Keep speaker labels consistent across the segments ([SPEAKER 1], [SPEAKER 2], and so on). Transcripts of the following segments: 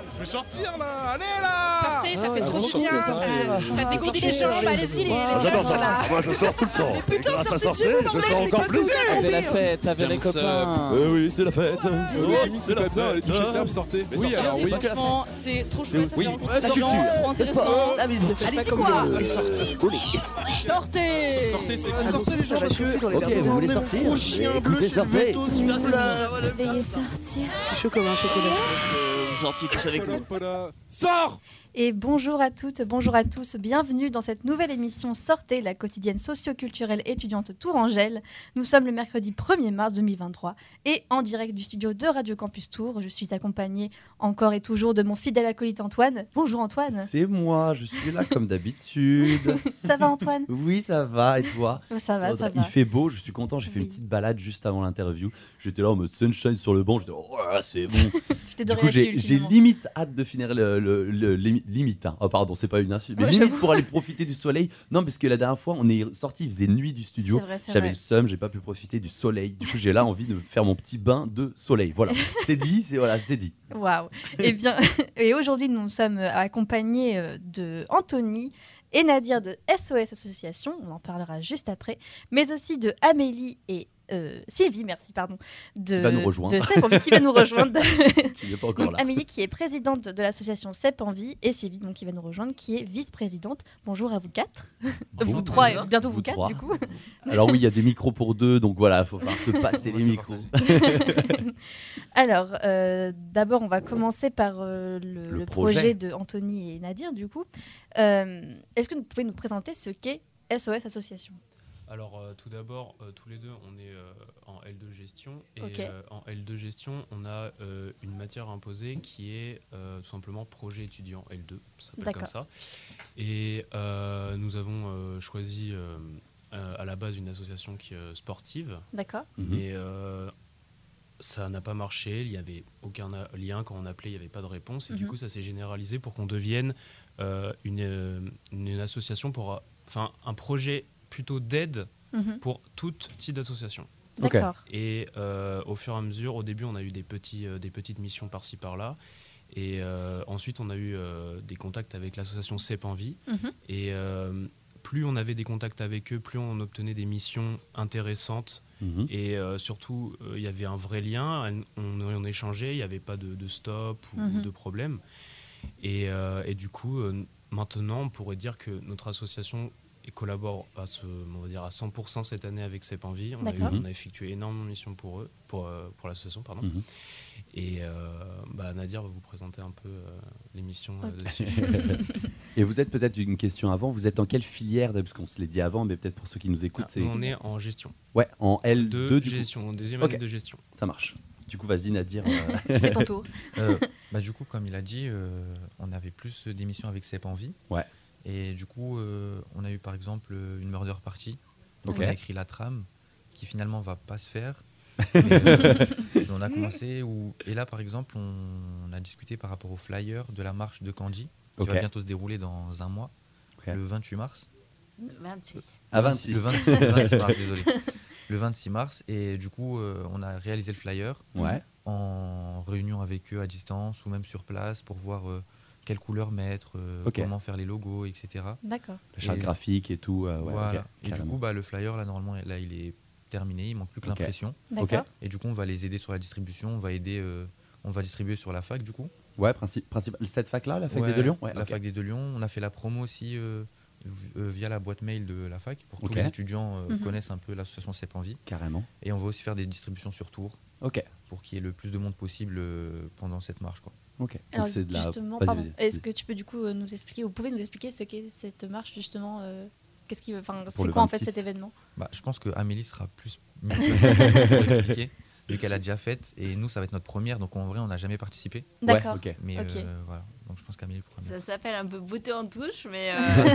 [SPEAKER 1] Je vais sortir là. Allez là.
[SPEAKER 2] Sortez, ça fait trop du bien. Ça dégourdit les jambes. Allez-y, les
[SPEAKER 3] J'adore
[SPEAKER 2] jeunes, là.
[SPEAKER 3] ça. Moi, je sors tout le temps.
[SPEAKER 2] Mais putain,
[SPEAKER 3] Grâce à
[SPEAKER 2] sortez de chez
[SPEAKER 3] sortir,
[SPEAKER 2] vous,
[SPEAKER 3] je sors
[SPEAKER 2] bordel,
[SPEAKER 3] encore plus.
[SPEAKER 4] Avec la fête, avec les copains.
[SPEAKER 3] Oui, c'est la fête.
[SPEAKER 1] C'est la bien. Allez toucher le table, sortez. Oui, alors oui.
[SPEAKER 2] Franchement, c'est trop chouette.
[SPEAKER 3] Oui,
[SPEAKER 2] La culture, trop intéressant. Allez-y quoi. Sortez.
[SPEAKER 1] Sortez, sortez les gens parce que.
[SPEAKER 3] Ok, vous voulez sortir? Écoutez, sortez.
[SPEAKER 5] Veuillez sortir.
[SPEAKER 6] Je suis chaud comme un chocolat.
[SPEAKER 3] Sortis tous avec nous.
[SPEAKER 1] Sors.
[SPEAKER 5] Et bonjour à toutes, bonjour à tous, bienvenue dans cette nouvelle émission Sortez, la quotidienne socio-culturelle étudiante Tourangelle. Nous sommes le mercredi 1er mars 2023 et en direct du studio de Radio Campus Tours, je suis accompagnée encore et toujours de mon fidèle acolyte Antoine. Bonjour Antoine.
[SPEAKER 7] C'est moi, je suis là comme d'habitude.
[SPEAKER 5] Ça va Antoine?
[SPEAKER 7] Oui, ça va, et toi?
[SPEAKER 5] Ça va, ça va.
[SPEAKER 7] Il fait beau, je suis content, j'ai fait une petite balade juste avant l'interview. J'étais là en mode sunshine sur le banc, j'étais oh, c'est bon.
[SPEAKER 5] Tu t'es
[SPEAKER 7] Du
[SPEAKER 5] doré
[SPEAKER 7] coup,
[SPEAKER 5] la pilule,
[SPEAKER 7] j'ai
[SPEAKER 5] finalement.
[SPEAKER 7] limite hâte de finir limite. Hein. Oh pardon, c'est pas une insulte, mais
[SPEAKER 5] Ouais,
[SPEAKER 7] limite
[SPEAKER 5] j'avoue.
[SPEAKER 7] pour aller profiter du soleil. Non, parce que la dernière fois, on est sorti, il faisait nuit du studio.
[SPEAKER 5] C'est vrai, c'est
[SPEAKER 7] J'avais
[SPEAKER 5] vrai.
[SPEAKER 7] le seum, j'ai pas pu profiter du soleil. Du coup, j'ai là envie de faire mon petit bain de soleil. Voilà, c'est dit, c'est dit.
[SPEAKER 5] Waouh. Eh bien, et aujourd'hui, nous sommes accompagnés de Anthony et Nadir de SOS Association, on en parlera juste après, mais aussi de Amélie et Sylvie, merci, pardon,
[SPEAKER 7] Qui va nous rejoindre.
[SPEAKER 5] de CEP Envie, qui va nous rejoindre.
[SPEAKER 7] Qui n'est pas encore
[SPEAKER 5] Donc,
[SPEAKER 7] là.
[SPEAKER 5] Amélie qui est présidente de l'association CEP Envie et Sylvie donc, qui va nous rejoindre, qui est vice-présidente. Bonjour à vous quatre. Vous trois et bientôt vous quatre
[SPEAKER 7] trois.
[SPEAKER 5] du coup.
[SPEAKER 7] Alors oui, il y a des micros pour deux, donc voilà, il faut faire se passer les micros.
[SPEAKER 5] Alors, d'abord, on va commencer par le projet de Anthony et Nadir, du coup. Est-ce que vous pouvez nous présenter ce qu'est SOS Association?
[SPEAKER 8] Alors tout d'abord, tous les deux, on est en L2 gestion. Et
[SPEAKER 5] Ok.
[SPEAKER 8] en L2 gestion, on a une matière imposée qui est tout simplement projet étudiant L2, ça s'appelle
[SPEAKER 5] D'accord.
[SPEAKER 8] comme ça. Et nous avons choisi à la base une association qui est sportive.
[SPEAKER 5] D'accord.
[SPEAKER 8] Mais ça n'a pas marché, il n'y avait aucun lien. Quand on appelait, il n'y avait pas de réponse. Et du coup, ça s'est généralisé pour qu'on devienne une association pour... Enfin, un projet plutôt d'aide pour tout type d'association.
[SPEAKER 5] D'accord.
[SPEAKER 8] Et au fur et à mesure, au début, on a eu des petites missions par-ci, par-là. Et ensuite, on a eu des contacts avec l'association CEP Envie. Et plus on avait des contacts avec eux, plus on obtenait des missions intéressantes. Et surtout, il y avait un vrai lien. On échangeait, il n'y avait pas de stop ou de problème. Et du coup, maintenant, on pourrait dire que notre association collabore à 100% cette année avec CEP Envie. On a effectué énormément de missions pour eux, pour l'association, pardon. Et Nadir va vous présenter un peu les missions dessus.
[SPEAKER 7] Et vous êtes peut-être, une question avant, vous êtes en quelle filière, parce qu'on se l'est dit avant, mais peut-être pour ceux qui nous écoutent, c'est...
[SPEAKER 8] On est en gestion.
[SPEAKER 7] Ouais, en L2
[SPEAKER 8] De
[SPEAKER 7] du coup.
[SPEAKER 8] gestion, en deuxième année de gestion.
[SPEAKER 7] Ça marche. Du coup, vas-y Nadir.
[SPEAKER 5] Fais ton tour.
[SPEAKER 9] Du coup, comme il a dit, on avait plus d'émissions avec CEP Envie.
[SPEAKER 7] Ouais.
[SPEAKER 9] Et du coup, on a eu par exemple une murder party. Donc
[SPEAKER 7] Ok.
[SPEAKER 9] on a écrit la trame qui finalement va pas se faire. Mais on a commencé et là par exemple on a discuté par rapport au flyer de la marche de Candy qui va bientôt se dérouler dans un mois, le 28 mars.
[SPEAKER 2] 26.
[SPEAKER 7] À 26.
[SPEAKER 9] Le 26 mars, désolé. Le 26 mars et du coup on a réalisé le flyer en réunion avec eux à distance ou même sur place pour voir quelle couleur mettre, comment faire les logos, etc.
[SPEAKER 5] D'accord.
[SPEAKER 7] La charte graphique et tout.
[SPEAKER 9] Voilà. Et du coup, le flyer, là, normalement, là, il est terminé. Il manque plus que l'impression.
[SPEAKER 5] D'accord.
[SPEAKER 9] Et du coup, on va les aider sur la distribution. On va distribuer sur la fac, du coup.
[SPEAKER 7] Ouais, cette fac-là, la fac des Deux Lions.
[SPEAKER 9] La fac des Deux Lions. On a fait la promo aussi via la boîte mail de la fac pour que tous les étudiants connaissent un peu l'association CEP Envie.
[SPEAKER 7] Carrément.
[SPEAKER 9] Et on va aussi faire des distributions sur Tours. Pour qu'il y ait le plus de monde possible pendant cette marche, quoi.
[SPEAKER 5] Alors justement, pardon, est-ce que tu peux du coup vous pouvez nous expliquer ce qu'est cette marche justement c'est quoi en fait cet événement?
[SPEAKER 9] Je pense que Amélie sera plus mieux pour expliquer vu qu'elle a déjà fait et nous ça va être notre première donc en vrai on n'a jamais participé.
[SPEAKER 5] D'accord.
[SPEAKER 9] Mais voilà donc je pense qu'Amélie pourra mieux.
[SPEAKER 2] Ça s'appelle un peu beauté en touche mais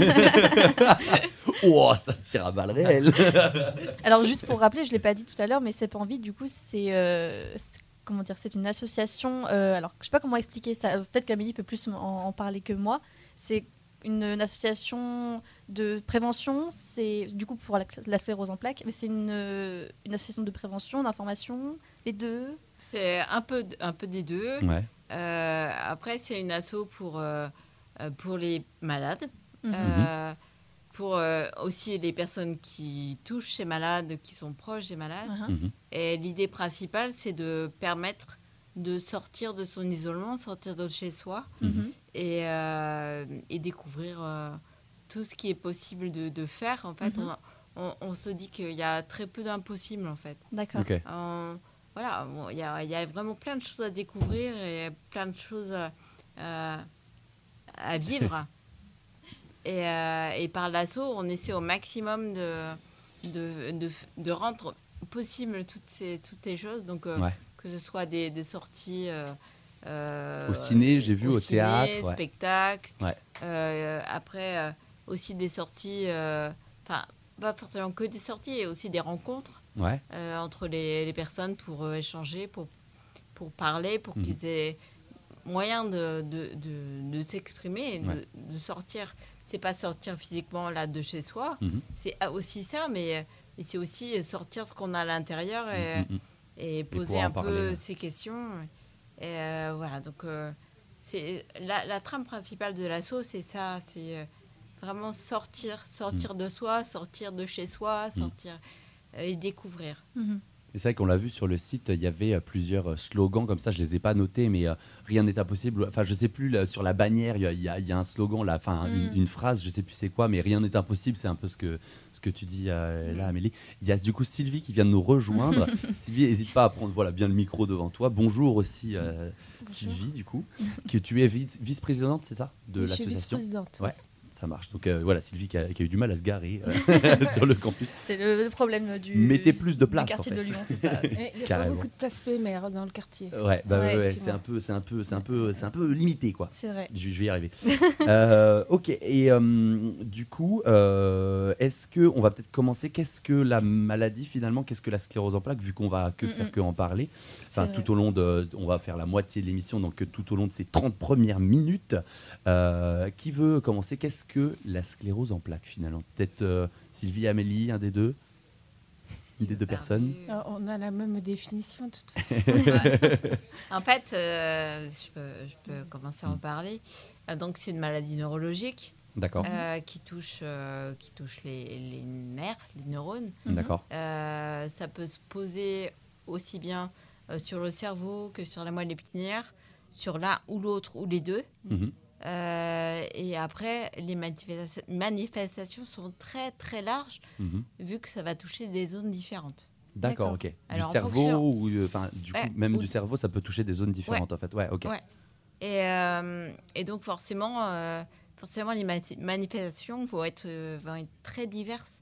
[SPEAKER 7] Oh ça tire à balles réelles.
[SPEAKER 5] Alors juste pour rappeler, je l'ai pas dit tout à l'heure mais CEP Envie du coup c'est une association, alors je sais pas comment expliquer ça, peut-être qu'Amélie peut plus en parler que moi. C'est une association de prévention, c'est du coup pour la sclérose en plaques, mais c'est une association de prévention, d'information, les deux.
[SPEAKER 2] c'est un peu des deux.
[SPEAKER 6] Après, c'est une asso pour les malades, pour aussi les personnes qui touchent ces malades, qui sont proches des malades. Et l'idée principale, c'est de permettre de sortir de son isolement, sortir de chez soi et découvrir tout ce qui est possible de faire. En fait, on se dit qu'il y a très peu d'impossibles, en fait.
[SPEAKER 5] D'accord.
[SPEAKER 7] Ok.
[SPEAKER 6] Voilà, il y a vraiment plein de choses à découvrir et plein de choses à vivre. Et par l'assaut, on essaie au maximum de rendre possible toutes ces choses. Donc, que ce soit des sorties
[SPEAKER 7] au ciné, j'ai vu, au théâtre.
[SPEAKER 6] Spectacle. Après, aussi des sorties, pas forcément que des sorties, et aussi des rencontres entre les personnes pour échanger, pour parler, pour qu'ils aient moyen de s'exprimer et de sortir. C'est pas sortir physiquement là de chez soi, c'est aussi ça, mais c'est aussi sortir ce qu'on a à l'intérieur et poser un peu ces questions. Et voilà, donc c'est la trame principale de l'asso, c'est ça, c'est vraiment sortir de soi, sortir de chez soi, sortir et découvrir.
[SPEAKER 7] Et c'est vrai qu'on l'a vu sur le site, il y avait plusieurs slogans comme ça, je les ai pas notés, mais rien n'est impossible. Enfin, je sais plus, sur la bannière, il y a un slogan, là, une phrase, je sais plus c'est quoi, mais rien n'est impossible, c'est un peu ce que tu dis là, Amélie. Il y a du coup Sylvie qui vient de nous rejoindre. Sylvie, n'hésite pas à prendre bien le micro devant toi. Bonjour aussi, Sylvie, du coup, que tu es vice-présidente, c'est ça, de l'association.
[SPEAKER 10] Je suis vice-présidente.
[SPEAKER 7] Ouais. Ça marche. Donc voilà, Sylvie qui a eu du mal à se garer sur le campus.
[SPEAKER 5] C'est le problème du
[SPEAKER 7] mettez plus de place,
[SPEAKER 5] du quartier
[SPEAKER 7] en fait.
[SPEAKER 5] de Lyon, c'est ça.
[SPEAKER 10] Il n'y a pas beaucoup de place PMR dans le quartier.
[SPEAKER 7] Ouais, c'est un peu limité, quoi.
[SPEAKER 5] C'est vrai.
[SPEAKER 7] Je vais y arriver. Ok, et du coup, est-ce que on va peut-être commencer? Qu'est-ce que la maladie finalement? Qu'est-ce que la sclérose en plaques? Vu qu'on va faire que en parler. Enfin, tout au long on va faire la moitié de l'émission, donc tout au long de ces 30 premières minutes. Qui veut commencer? Qu'est-ce que la sclérose en plaques finalement? Peut-être Sylvie, Amélie, un des deux? Une des deux personnes?
[SPEAKER 10] On a la même définition de toute façon.
[SPEAKER 6] En fait, je peux commencer à en parler. Donc, c'est une maladie neurologique.
[SPEAKER 7] D'accord.
[SPEAKER 6] Qui touche les nerfs, les neurones.
[SPEAKER 7] D'accord.
[SPEAKER 6] Ça peut se poser aussi bien sur le cerveau que sur la moelle épinière, sur l'un ou l'autre ou les deux. Et après, les manifestations sont très très larges, vu que ça va toucher des zones différentes.
[SPEAKER 7] D'accord, ok.
[SPEAKER 6] Alors,
[SPEAKER 7] du cerveau ou du coup, même du cerveau, ça peut toucher des zones différentes en fait. Ouais, ok.
[SPEAKER 6] Ouais. Et donc forcément, les manifestations vont être très diverses.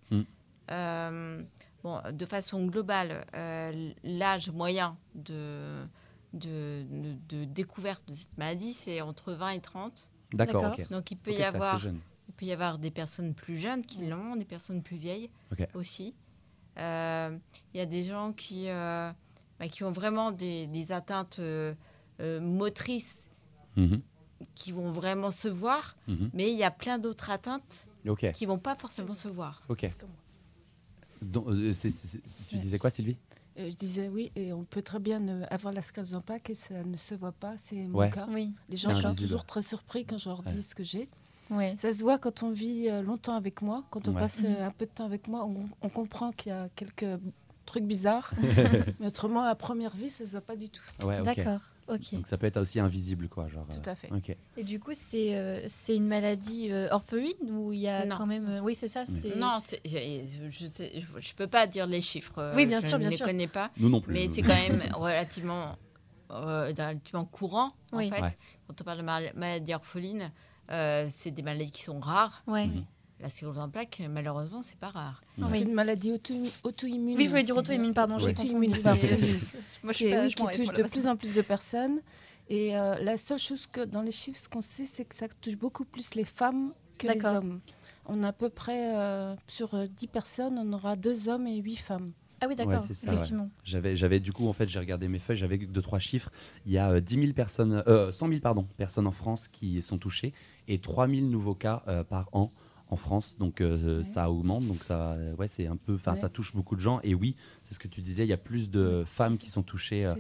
[SPEAKER 6] De façon globale, l'âge moyen de découverte de cette maladie, c'est entre 20 et 30.
[SPEAKER 7] D'accord, ok.
[SPEAKER 6] Donc il peut y avoir des personnes plus jeunes qui l'ont, des personnes plus vieilles aussi. Il y a des gens qui ont vraiment des atteintes motrices qui vont vraiment se voir, mais il y a plein d'autres atteintes qui ne vont pas forcément se voir.
[SPEAKER 7] Ok. Donc, tu disais quoi, Sylvie?
[SPEAKER 10] Je disais oui, et on peut très bien avoir la sclérose en plaques et ça ne se voit pas, c'est mon cas.
[SPEAKER 5] Oui.
[SPEAKER 10] Les gens sont toujours très surpris quand je leur dis ce que j'ai.
[SPEAKER 5] Ouais.
[SPEAKER 10] Ça se voit quand on vit longtemps avec moi, quand on passe un peu de temps avec moi, on comprend qu'il y a quelques trucs bizarres, mais autrement, à première vue, ça ne se voit pas du tout.
[SPEAKER 7] Ouais, okay.
[SPEAKER 5] D'accord. Okay.
[SPEAKER 7] Donc ça peut être aussi invisible, quoi. Genre,
[SPEAKER 10] tout à fait.
[SPEAKER 7] Okay.
[SPEAKER 5] Et du coup, c'est une maladie orpheline où il y a quand même... Oui, c'est ça.
[SPEAKER 6] Non, je peux pas dire les chiffres.
[SPEAKER 5] Oui, bien sûr.
[SPEAKER 6] Je ne les connais pas.
[SPEAKER 7] Nous non plus.
[SPEAKER 6] Mais c'est quand même relativement courant, en fait.
[SPEAKER 7] Ouais.
[SPEAKER 6] Quand on parle de maladie orpheline, c'est des maladies qui sont rares.
[SPEAKER 5] Ouais.
[SPEAKER 6] La sclérose en plaques, malheureusement, c'est pas rare.
[SPEAKER 10] C'est une maladie auto-immune.
[SPEAKER 5] Oui, je voulais dire auto-immune, pardon. J'ai confondu.
[SPEAKER 10] Moi,
[SPEAKER 5] qui
[SPEAKER 10] touche de plus en plus de personnes. Et la seule chose que dans les chiffres, ce qu'on sait, c'est que ça touche beaucoup plus les femmes que les hommes. On a à peu près, sur 10 personnes, on aura 2 hommes et 8 femmes.
[SPEAKER 5] Ah oui, d'accord,
[SPEAKER 7] ça,
[SPEAKER 5] effectivement.
[SPEAKER 7] Ouais. J'avais du coup, en fait, j'ai regardé mes feuilles, j'avais 2-3 chiffres. Il y a 100 000 personnes en France qui sont touchées et 3 000 nouveaux cas par an en France, donc ça augmente, donc ça, c'est un peu, ça touche beaucoup de gens. Et oui, c'est ce que tu disais, il y a plus de femmes qui sont touchées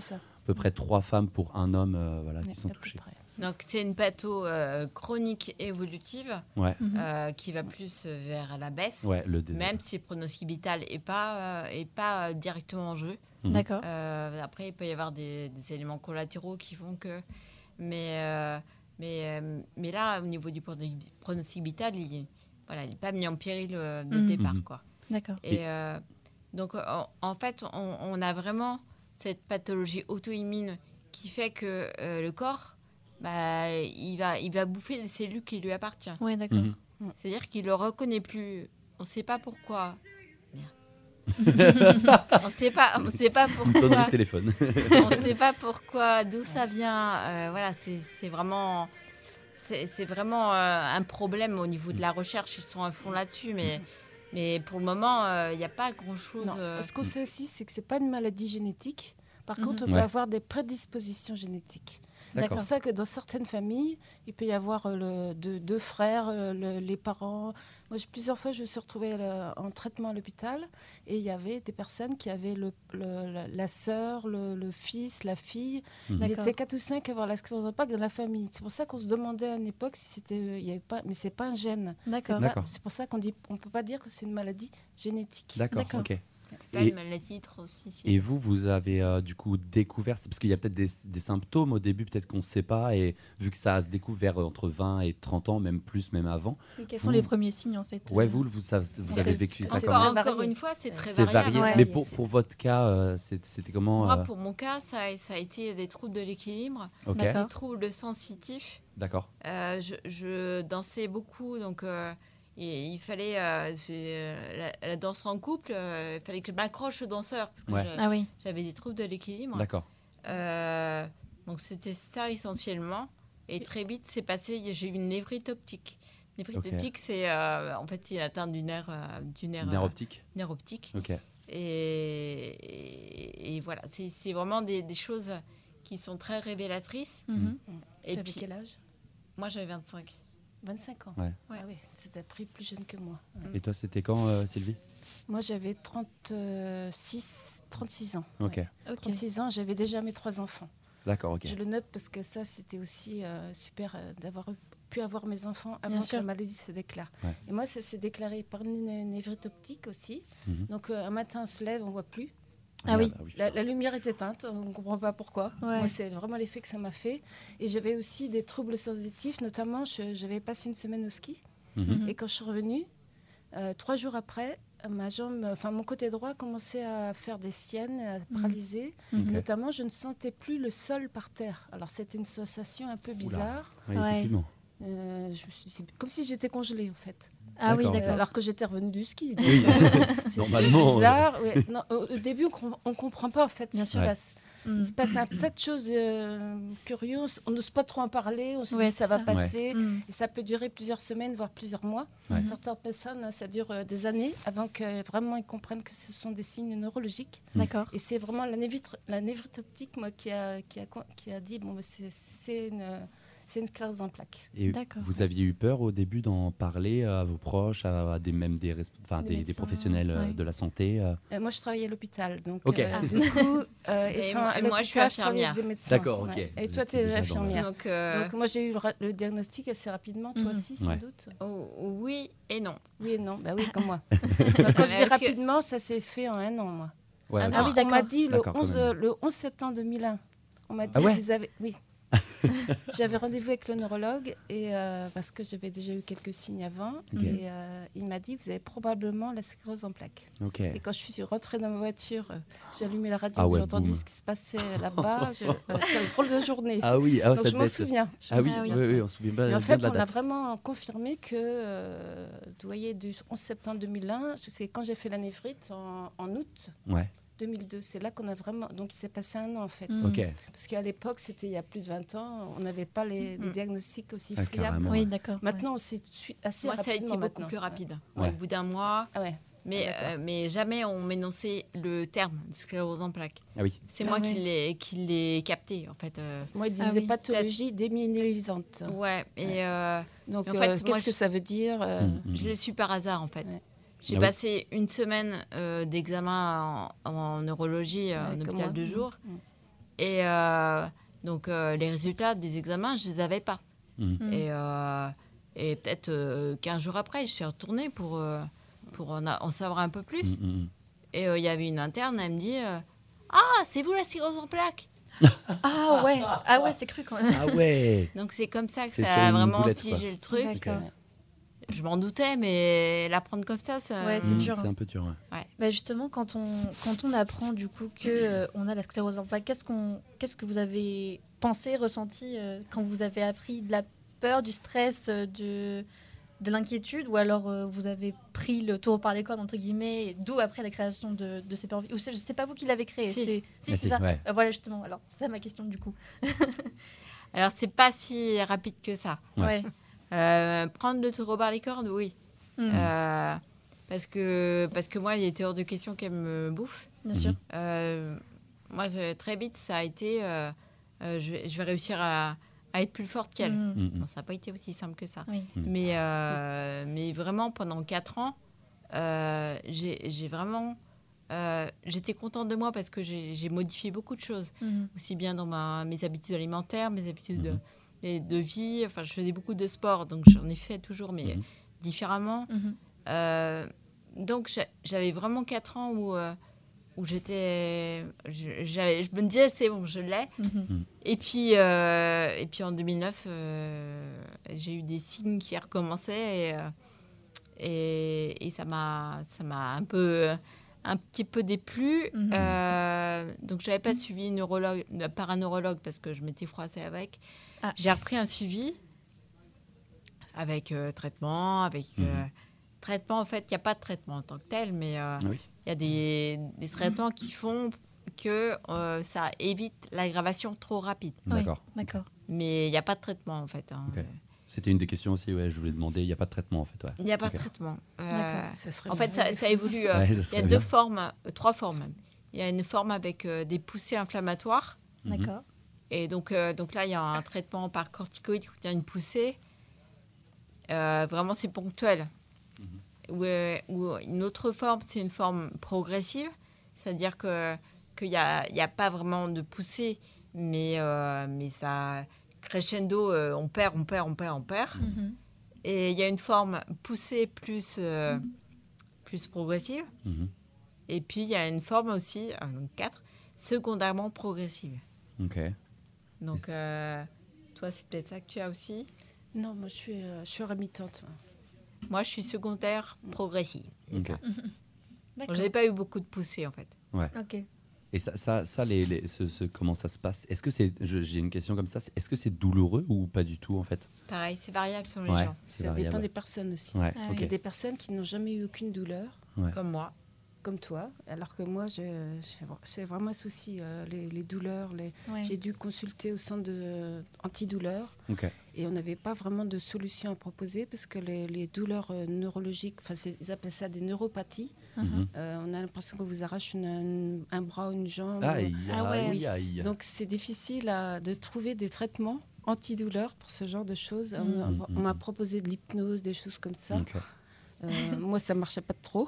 [SPEAKER 7] peu près 3 femmes pour un homme qui sont touchés.
[SPEAKER 6] Donc c'est une patho chronique évolutive qui va plus vers la baisse, même si le pronostic vital n'est pas directement en jeu.
[SPEAKER 5] D'accord.
[SPEAKER 6] Après, il peut y avoir des éléments collatéraux qui font que... Mais là, au niveau du pronostic vital, il n'est pas mis en péril dès le départ. Quoi.
[SPEAKER 5] D'accord.
[SPEAKER 6] Et donc, en fait, on a vraiment cette pathologie auto-immune qui fait que le corps, il va bouffer les cellules qui lui appartiennent.
[SPEAKER 5] Oui, d'accord.
[SPEAKER 6] C'est-à-dire qu'il ne le reconnaît plus. On ne sait pas pourquoi. On sait pas pourquoi.
[SPEAKER 7] Téléphone.
[SPEAKER 6] On ne sait pas pourquoi, d'où ça vient. C'est vraiment un problème au niveau de la recherche. Ils sont à fond là-dessus, mais pour le moment, il n'y a pas grand-chose.
[SPEAKER 10] Ce qu'on sait aussi, c'est que c'est pas une maladie génétique. Par contre, on peut avoir des prédispositions génétiques. C'est pour ça que dans certaines familles, il peut y avoir deux frères, les parents. Moi, plusieurs fois, je me suis retrouvée en traitement à l'hôpital et il y avait des personnes qui avaient la sœur, le fils, la fille. Ils étaient 4 ou 5 à avoir la sclérose en plaques dans la famille. C'est pour ça qu'on se demandait à une époque si il y avait pas, mais c'est pas un gène. C'est pour ça qu'on peut pas dire que c'est une maladie génétique.
[SPEAKER 7] D'accord. Ok.
[SPEAKER 6] C'est pas une maladie transmissible.
[SPEAKER 7] Et vous avez du coup découvert, c'est parce qu'il y a peut-être des symptômes au début, peut-être qu'on ne sait pas, et vu que ça se découvre vers entre 20 et 30 ans, même plus, même avant.
[SPEAKER 5] Oui, quels sont les premiers signes en fait
[SPEAKER 7] Ouais, vous avez vécu ça
[SPEAKER 6] encore une fois, c'est très variable.
[SPEAKER 7] Ouais. Mais pour votre cas, c'était comment
[SPEAKER 6] Moi, pour mon cas, ça a été des troubles de l'équilibre, des troubles sensitifs.
[SPEAKER 7] D'accord.
[SPEAKER 6] Je dansais beaucoup, donc... Et il fallait la danse en couple, il fallait que je m'accroche au danseur parce que j'avais des troubles de l'équilibre.
[SPEAKER 7] D'accord.
[SPEAKER 6] Donc c'était ça essentiellement. Et très vite, c'est passé. J'ai eu une névrite optique. Névrite optique, c'est en fait il atteint du nerf
[SPEAKER 7] optique.
[SPEAKER 6] Nerf optique.
[SPEAKER 7] Okay.
[SPEAKER 6] Et voilà, c'est vraiment des choses qui sont très révélatrices.
[SPEAKER 10] Et puis quel âge?
[SPEAKER 6] Moi, j'avais 25.
[SPEAKER 10] 25 ans.
[SPEAKER 7] Ouais.
[SPEAKER 10] Ah oui, c'était pris plus jeune que moi.
[SPEAKER 7] Et toi, c'était quand, Sylvie?
[SPEAKER 10] Moi, j'avais 36 ans.
[SPEAKER 7] Ok.
[SPEAKER 10] Ouais. 36 ans, j'avais déjà mes 3 enfants.
[SPEAKER 7] D'accord, ok.
[SPEAKER 10] Je le note parce que ça, c'était aussi super d'avoir pu avoir mes enfants avant que la maladie se déclare. Ouais. Et moi, ça s'est déclaré par une névrite optique aussi. Donc, un matin, on se lève, on ne voit plus.
[SPEAKER 5] Ah oui.
[SPEAKER 10] La lumière est éteinte, on ne comprend pas pourquoi. Ouais. Moi, c'est vraiment l'effet que ça m'a fait. Et j'avais aussi des troubles sensitifs, notamment, j'avais passé une semaine au ski. Et quand je suis revenue, 3 jours après, mon côté droit commençait à faire des siennes, à paralyser. Notamment, je ne sentais plus le sol par terre. Alors, c'était une sensation un peu bizarre.
[SPEAKER 7] Oui, effectivement.
[SPEAKER 10] C'est comme si j'étais congelée, en fait.
[SPEAKER 5] Ah oui, d'accord.
[SPEAKER 10] Alors que j'étais revenue du ski. C'est
[SPEAKER 7] normalement.
[SPEAKER 10] bizarre. Non, au début, on ne comprend pas en fait ce qui se passe. Il se passe un tas de choses curieuses. On n'ose pas trop en parler. On se dit ça va passer. Et ça peut durer plusieurs semaines, voire plusieurs mois. Certaines personnes, ça dure des années avant que vraiment ils comprennent que ce sont des signes neurologiques.
[SPEAKER 5] D'accord.
[SPEAKER 10] Et c'est vraiment la névrite optique moi, qui a dit bon, c'est une sclérose en plaques.
[SPEAKER 7] Et vous aviez eu peur au début d'en parler à vos proches, à des professionnels de la santé
[SPEAKER 10] Moi, je travaillais à l'hôpital. Donc,
[SPEAKER 7] du
[SPEAKER 10] coup,
[SPEAKER 6] moi, je suis infirmière.
[SPEAKER 10] Des médecins.
[SPEAKER 7] D'accord, ok.
[SPEAKER 10] Ouais. Et toi, tu es infirmière. Donc, moi, j'ai eu le diagnostic assez rapidement. Toi aussi, sans doute.
[SPEAKER 6] Oui et non.
[SPEAKER 10] Oui et non. Bah oui, comme moi. Quand je dis rapidement, ça s'est fait en 1 an, moi.
[SPEAKER 7] Ouais,
[SPEAKER 10] ah oui, d'accord. On m'a dit le 11 septembre 2001. On m'a dit que vous avez... Oui. J'avais rendez-vous avec le neurologue parce que j'avais déjà eu quelques signes avant et il m'a dit vous avez probablement la sclérose en plaques. Et quand je suis rentrée dans ma voiture, j'ai allumé la radio, j'ai entendu ce qui se passait là-bas. C'était une drôle de journée.
[SPEAKER 7] Ah oui,
[SPEAKER 10] donc je m'en souviens.
[SPEAKER 7] Oui, on se souvient bien.
[SPEAKER 10] Et en fait, on a vraiment confirmé que du 11 septembre 2001, c'est quand j'ai fait la néphrite en août. 2002, c'est là qu'on a vraiment... Donc, il s'est passé 1 an, en fait. Parce qu'à l'époque, c'était il y a plus de 20 ans, on n'avait pas les diagnostics aussi fiables.
[SPEAKER 5] Oui, d'accord.
[SPEAKER 10] Maintenant, on sait assez rapidement.
[SPEAKER 6] Moi, ça a été beaucoup plus rapide. Au bout d'1 mois. Mais jamais on m'énonçait le terme de sclérose en plaques. C'est moi qui l'ai capté, en fait.
[SPEAKER 10] Moi, il disait pathologie déminéralisante.
[SPEAKER 6] Ouais.
[SPEAKER 10] Donc, en fait, qu'est-ce que ça veut dire
[SPEAKER 6] Je l'ai su par hasard, en fait. J'ai passé 1 semaine d'examen en neurologie en hôpital de jour. Et donc, les résultats des examens, je ne les avais pas. Et peut-être 15 jours après, je suis retournée pour en savoir un peu plus. Et il y avait une interne, elle me dit ah, c'est vous la sclérose en plaques.
[SPEAKER 5] Ah ouais, c'est cru quand même.
[SPEAKER 7] Ah ouais.
[SPEAKER 6] Donc c'est comme ça que ça a vraiment figé le truc.
[SPEAKER 5] D'accord.
[SPEAKER 6] Je m'en doutais, mais l'apprendre comme ça,
[SPEAKER 5] c'est dur.
[SPEAKER 7] C'est un peu dur.
[SPEAKER 6] Ouais.
[SPEAKER 5] Bah justement, quand on apprend du coup que on a la sclérose en plaques, qu'est-ce que vous avez pensé, ressenti quand vous avez appris de la peur, du stress, de l'inquiétude, ou alors vous avez pris le taureau par les cornes entre guillemets, d'où après la création de CP Envie. Ou c'est pas vous qui l'avez créé.
[SPEAKER 6] Si.
[SPEAKER 5] C'est ça.
[SPEAKER 7] Ouais.
[SPEAKER 5] Voilà justement. Alors c'est ça ma question du coup.
[SPEAKER 6] Alors c'est pas si rapide que ça.
[SPEAKER 5] Ouais.
[SPEAKER 6] Prendre le taureau par les cornes, oui. Parce que moi, il était hors de question qu'elle me bouffe.
[SPEAKER 5] Bien sûr.
[SPEAKER 6] Moi, très vite, ça a été je vais réussir à être plus forte qu'elle. Bon, ça n'a pas été aussi simple que ça.
[SPEAKER 5] Oui.
[SPEAKER 6] Mais vraiment, pendant 4 ans, j'ai vraiment... j'étais contente de moi parce que j'ai modifié beaucoup de choses. Aussi bien dans mes habitudes alimentaires, mes habitudes de vie. Enfin, je faisais beaucoup de sport, donc j'en ai fait toujours, mais différemment. Donc, j'avais vraiment 4 ans où j'étais... Je me disais, c'est bon, je l'ai. Et puis en 2009, j'ai eu des signes qui recommençaient et ça m'a un petit peu déplu. Donc, je n'avais pas suivi par un neurologue parce que je m'étais froissée avec. J'ai repris un suivi avec traitement, traitement, en fait, il n'y a pas de traitement en tant que tel, mais il y a des traitements qui font que ça évite l'aggravation trop rapide.
[SPEAKER 7] D'accord.
[SPEAKER 5] D'accord.
[SPEAKER 6] Mais il n'y a pas de traitement, en fait.
[SPEAKER 7] Okay. C'était une des questions aussi, je voulais demander, il n'y a pas de traitement, en fait.
[SPEAKER 6] Il n'y a pas de traitement. En fait,
[SPEAKER 10] bien.
[SPEAKER 6] ça évolue. Il y a 2 formes, 3 formes même. Il y a une forme avec des poussées inflammatoires.
[SPEAKER 5] D'accord.
[SPEAKER 6] Et donc là, il y a un traitement par corticoïde qui contient une poussée. Vraiment, c'est ponctuel. Ou une autre forme, c'est une forme progressive. C'est-à-dire qu'il n'y a pas vraiment de poussée, mais ça crescendo, on perd. Et il y a une forme poussée plus progressive. Et puis, il y a une forme aussi, donc 4, secondairement progressive.
[SPEAKER 7] Ok.
[SPEAKER 6] Donc, toi, c'est peut-être ça que tu as aussi?
[SPEAKER 10] Non, moi, je suis remitante.
[SPEAKER 6] Moi, je suis secondaire progressive.
[SPEAKER 7] Okay.
[SPEAKER 6] Je n'ai pas eu beaucoup de poussées, en fait.
[SPEAKER 7] Ouais.
[SPEAKER 5] Ok.
[SPEAKER 7] Et ça comment ça se passe? Est-ce que j'ai une question comme ça, est-ce que c'est douloureux ou pas du tout, en fait?
[SPEAKER 6] Pareil, c'est variable selon les gens.
[SPEAKER 10] Ça dépend des personnes aussi.
[SPEAKER 7] Ouais.
[SPEAKER 10] Il y a des personnes qui n'ont jamais eu aucune douleur.
[SPEAKER 6] Comme moi.
[SPEAKER 10] Comme toi, alors que moi, c'est vraiment un souci, les douleurs. J'ai dû consulter au centre antidouleur et on n'avait pas vraiment de solution à proposer parce que les douleurs neurologiques, ils appellent ça des neuropathies. On a l'impression qu'on vous arrache un bras ou une jambe.
[SPEAKER 7] Aïe.
[SPEAKER 10] Donc c'est difficile de trouver des traitements antidouleurs pour ce genre de choses. On m'a proposé de l'hypnose, des choses comme ça. Moi, ça ne marchait pas trop.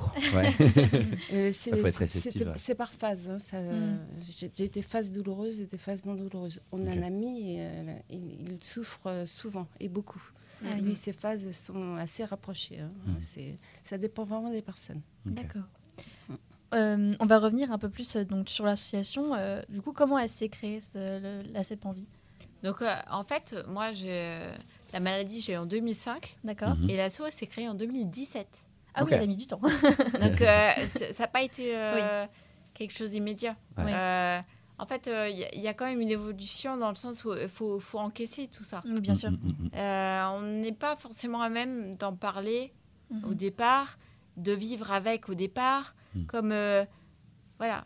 [SPEAKER 10] C'est par phase. J'ai des phases douloureuses et des phases non douloureuses. On a un ami, il souffre souvent et beaucoup. Lui, ses phases sont assez rapprochées. Ça dépend vraiment des personnes.
[SPEAKER 5] D'accord. On va revenir un peu plus donc, sur l'association. Du coup, comment elle s'est créée, la CP Envie?
[SPEAKER 6] Donc, en fait, moi, la maladie, j'ai en 2005.
[SPEAKER 5] D'accord.
[SPEAKER 6] Et l'asso, elle s'est créée en 2017.
[SPEAKER 5] Ah oui, elle a mis du temps.
[SPEAKER 6] Donc, ça n'a pas été quelque chose d'immédiat. En fait, il y a quand même une évolution dans le sens où il faut encaisser tout ça.
[SPEAKER 5] Bien sûr.
[SPEAKER 6] On n'est pas forcément à même d'en parler au départ, de vivre avec au départ, comme... voilà.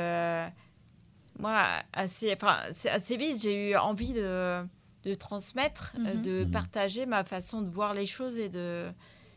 [SPEAKER 6] Moi, assez vite, j'ai eu envie de transmettre, de partager ma façon de voir les choses et de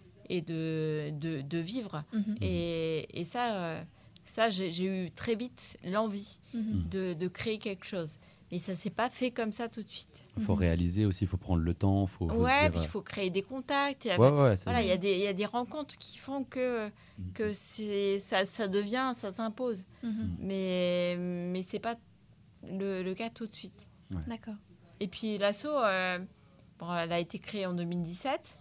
[SPEAKER 6] vivre. Et ça j'ai eu très vite l'envie de créer quelque chose. Mais ça ne s'est pas fait comme ça tout de suite.
[SPEAKER 7] Il faut réaliser aussi, il faut prendre le temps. Puis
[SPEAKER 6] il faut créer des contacts. Il y a des rencontres qui font que ça devient, ça s'impose. Mais ce n'est pas le cas tout de suite.
[SPEAKER 7] Ouais.
[SPEAKER 5] D'accord.
[SPEAKER 6] Et puis l'asso, elle a été créée en 2017,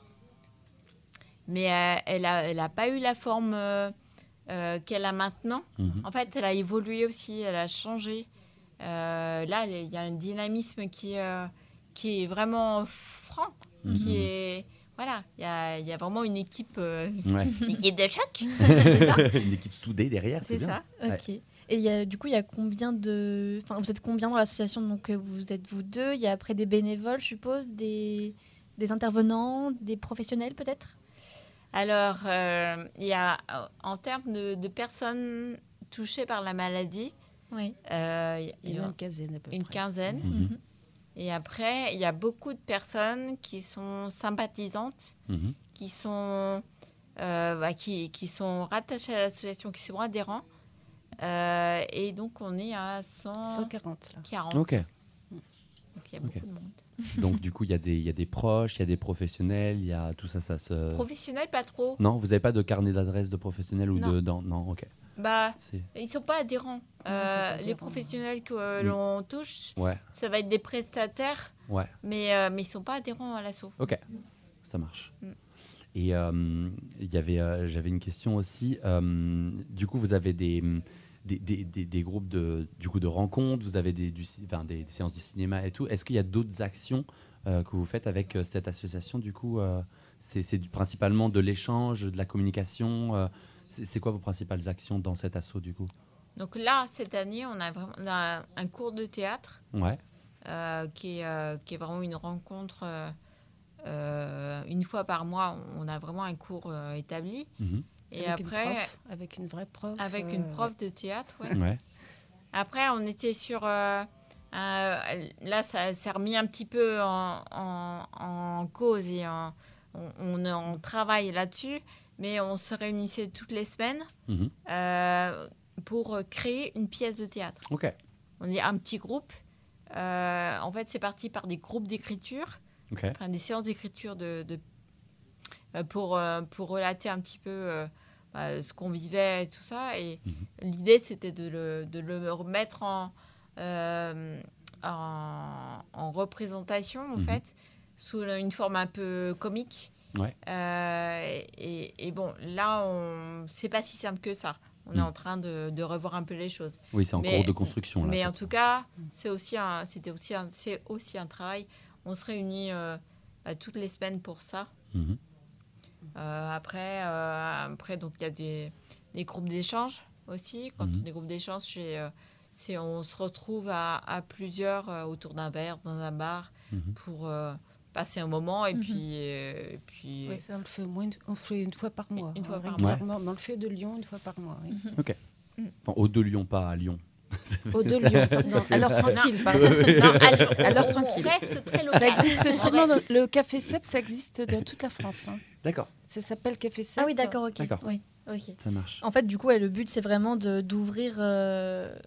[SPEAKER 6] mais elle a pas eu la forme qu'elle a maintenant. En fait, elle a évolué aussi, elle a changé. Là, il y a un dynamisme qui est vraiment franc, qui est... Voilà, il y a vraiment une équipe, une équipe de choc. C'est ça.
[SPEAKER 7] Une équipe soudée derrière, c'est bien.
[SPEAKER 6] Ça.
[SPEAKER 5] Ok. Et du coup, il y a combien de... Enfin, vous êtes combien dans l'association? Donc, vous êtes vous deux. Il y a après des bénévoles, je suppose, des intervenants, des professionnels peut-être?
[SPEAKER 6] Alors, il y a, en termes de personnes touchées par la maladie,
[SPEAKER 5] oui.
[SPEAKER 10] Il y en a une quinzaine à peu près.
[SPEAKER 6] Une quinzaine. Et après, il y a beaucoup de personnes qui sont sympathisantes, qui sont rattachées à l'association, qui sont adhérents. Et donc, on est à
[SPEAKER 10] 140 là.
[SPEAKER 6] 40.
[SPEAKER 7] Ok.
[SPEAKER 6] Donc, il y a beaucoup de monde.
[SPEAKER 7] Donc, du coup, il y a des proches, il y a des professionnels, il y a tout ça, ça se...
[SPEAKER 6] Professionnels, pas trop.
[SPEAKER 7] Non, vous n'avez pas de carnet d'adresse de professionnels ou
[SPEAKER 6] Non.
[SPEAKER 7] Non, ok.
[SPEAKER 6] Ils ne sont pas adhérents. Les professionnels que l'on touche, ça va être des prestataires, mais ils ne sont pas adhérents à l'asso.
[SPEAKER 7] Ok, ça marche. Et j'avais une question aussi. Du coup, vous avez des groupes de rencontres, vous avez des séances de cinéma et tout. Est-ce qu'il y a d'autres actions que vous faites avec cette association? Du coup, c'est principalement de l'échange, de la communication. C'est quoi vos principales actions dans cet asso du coup?
[SPEAKER 6] Donc là, cette année, on a un cours de théâtre qui est vraiment une rencontre. Une fois par mois, on a vraiment un cours établi. Et
[SPEAKER 10] avec une vraie prof.
[SPEAKER 6] Avec une prof de théâtre, Après, on était sur... là, ça s'est remis un petit peu en cause et on travaille là-dessus. Mais on se réunissait toutes les semaines pour créer une pièce de théâtre.
[SPEAKER 7] Okay.
[SPEAKER 6] On est un petit groupe. En fait, c'est parti par des groupes d'écriture, des séances d'écriture pour relater un petit peu ce qu'on vivait et tout ça. Et l'idée, c'était de le remettre en représentation, en fait, sous une forme un peu comique. Et bon, là, c'est pas si simple que ça. On est en train de revoir un peu les choses.
[SPEAKER 7] Oui, c'est en cours de construction. Là,
[SPEAKER 6] mais en tout cas, c'est aussi un travail. On se réunit toutes les semaines pour ça. Après, donc il y a des groupes d'échange aussi. Quand des groupes d'échange, on se retrouve à plusieurs autour d'un verre, dans un bar, pour passer un moment. Et puis
[SPEAKER 10] oui, ça, on le fait une fois par mois.
[SPEAKER 6] Une fois par
[SPEAKER 10] régulièrement. On le fait de Lyon une fois par mois. Oui.
[SPEAKER 7] Ok. Enfin, au de Lyon, pas à Lyon.
[SPEAKER 10] Au de Lyon. Non, alors tranquille, pardon. Alors tranquille.
[SPEAKER 6] On reste très local.
[SPEAKER 10] Ça existe seulement le Café Cep, ça existe dans toute la France.
[SPEAKER 7] D'accord.
[SPEAKER 10] Ça s'appelle Café Cep.
[SPEAKER 5] Ah oui, d'accord, ok.
[SPEAKER 7] D'accord.
[SPEAKER 5] Oui, ok.
[SPEAKER 7] Ça marche.
[SPEAKER 5] En fait, du coup, le but, c'est vraiment d'ouvrir, de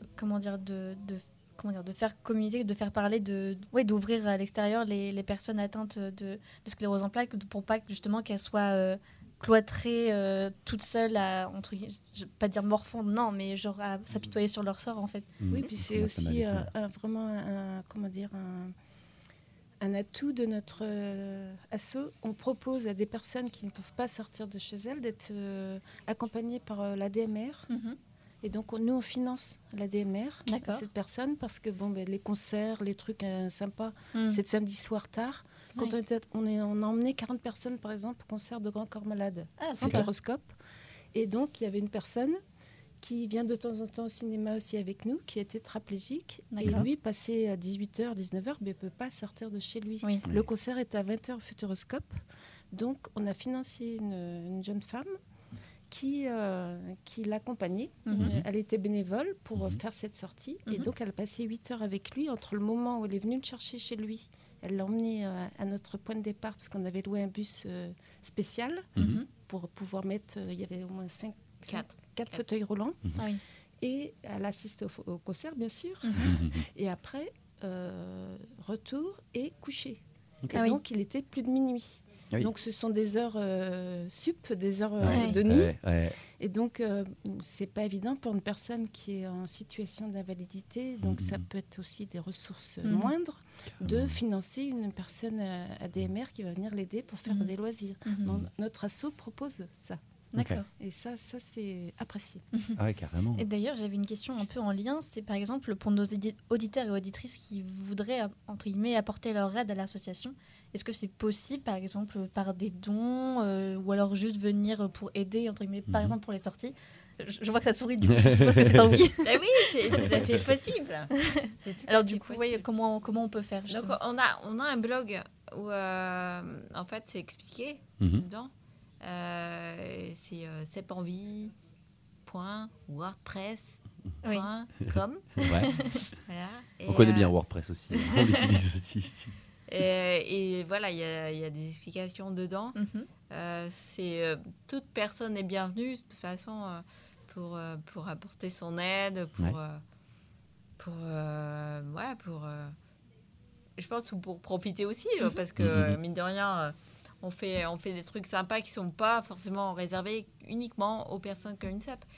[SPEAKER 5] faire communiquer, de faire parler, d'ouvrir à l'extérieur les personnes atteintes de sclérose en plaques pour pas justement qu'elles soient cloîtrées toutes seules entre guillemets, je vais pas dire morfondre, non, mais genre à s'apitoyer sur leur sort en fait.
[SPEAKER 10] Oui, puis c'est aussi vraiment un atout de notre asso. On propose à des personnes qui ne peuvent pas sortir de chez elles d'être accompagnées par l'ADMR. Et donc, nous, on finance l'ADMR, cette personne, parce que les concerts, les trucs sympas, c'est le samedi soir tard. Quand on a emmené 40 personnes, par exemple, au concert de Grand Corps Malade, Futuroscope. Et donc, il y avait une personne qui vient de temps en temps au cinéma aussi avec nous, qui est tétraplégique. Et lui, passé à 18h, 19h, mais ne peut pas sortir de chez lui. Oui. Le concert est à 20h au Futuroscope. Donc, on a financé une jeune femme qui l'accompagnait. Elle était bénévole pour faire cette sortie. Et donc, elle a passé 8 heures avec lui entre le moment où elle est venue le chercher chez lui. Elle l'a emmené à notre point de départ parce qu'on avait loué un bus spécial pour pouvoir mettre... il y avait au moins 4 fauteuils roulants. Et elle assiste au concert, bien sûr. Et après, retour et coucher. Et donc, il était plus de minuit. Oui. Donc ce sont des heures sup, des heures de nuit. Et donc c'est pas évident pour une personne qui est en situation d'invalidité, donc ça peut être aussi des ressources moindres, de financer une personne ADMR qui va venir l'aider pour faire des loisirs. Donc, notre asso propose ça.
[SPEAKER 5] D'accord.
[SPEAKER 10] Et ça c'est apprécié.
[SPEAKER 7] Ah ouais, carrément.
[SPEAKER 5] Et d'ailleurs, j'avais une question un peu en lien. C'est par exemple pour nos auditeurs et auditrices qui voudraient, entre guillemets, apporter leur aide à l'association. Est-ce que c'est possible, par exemple, par des dons ou alors juste venir pour aider, entre guillemets, par exemple pour les sorties? Je vois que ça sourit, du coup, je suppose que c'est un oui.
[SPEAKER 6] Oui, c'est tout à fait possible.
[SPEAKER 5] Alors du coup, comment on peut faire?
[SPEAKER 6] Donc, on a un blog où, en fait, c'est expliqué dedans. C'est sepanvie.wordpress.com.
[SPEAKER 7] Voilà.
[SPEAKER 6] Et
[SPEAKER 7] on connaît bien WordPress aussi, on l'utilise aussi ici.
[SPEAKER 6] Et voilà, il y a des explications dedans. Toute personne est bienvenue de toute façon pour apporter son aide, je pense pour profiter aussi, parce que mine de rien, on fait des trucs sympas qui sont pas forcément réservés uniquement aux personnes qui ont une CEP.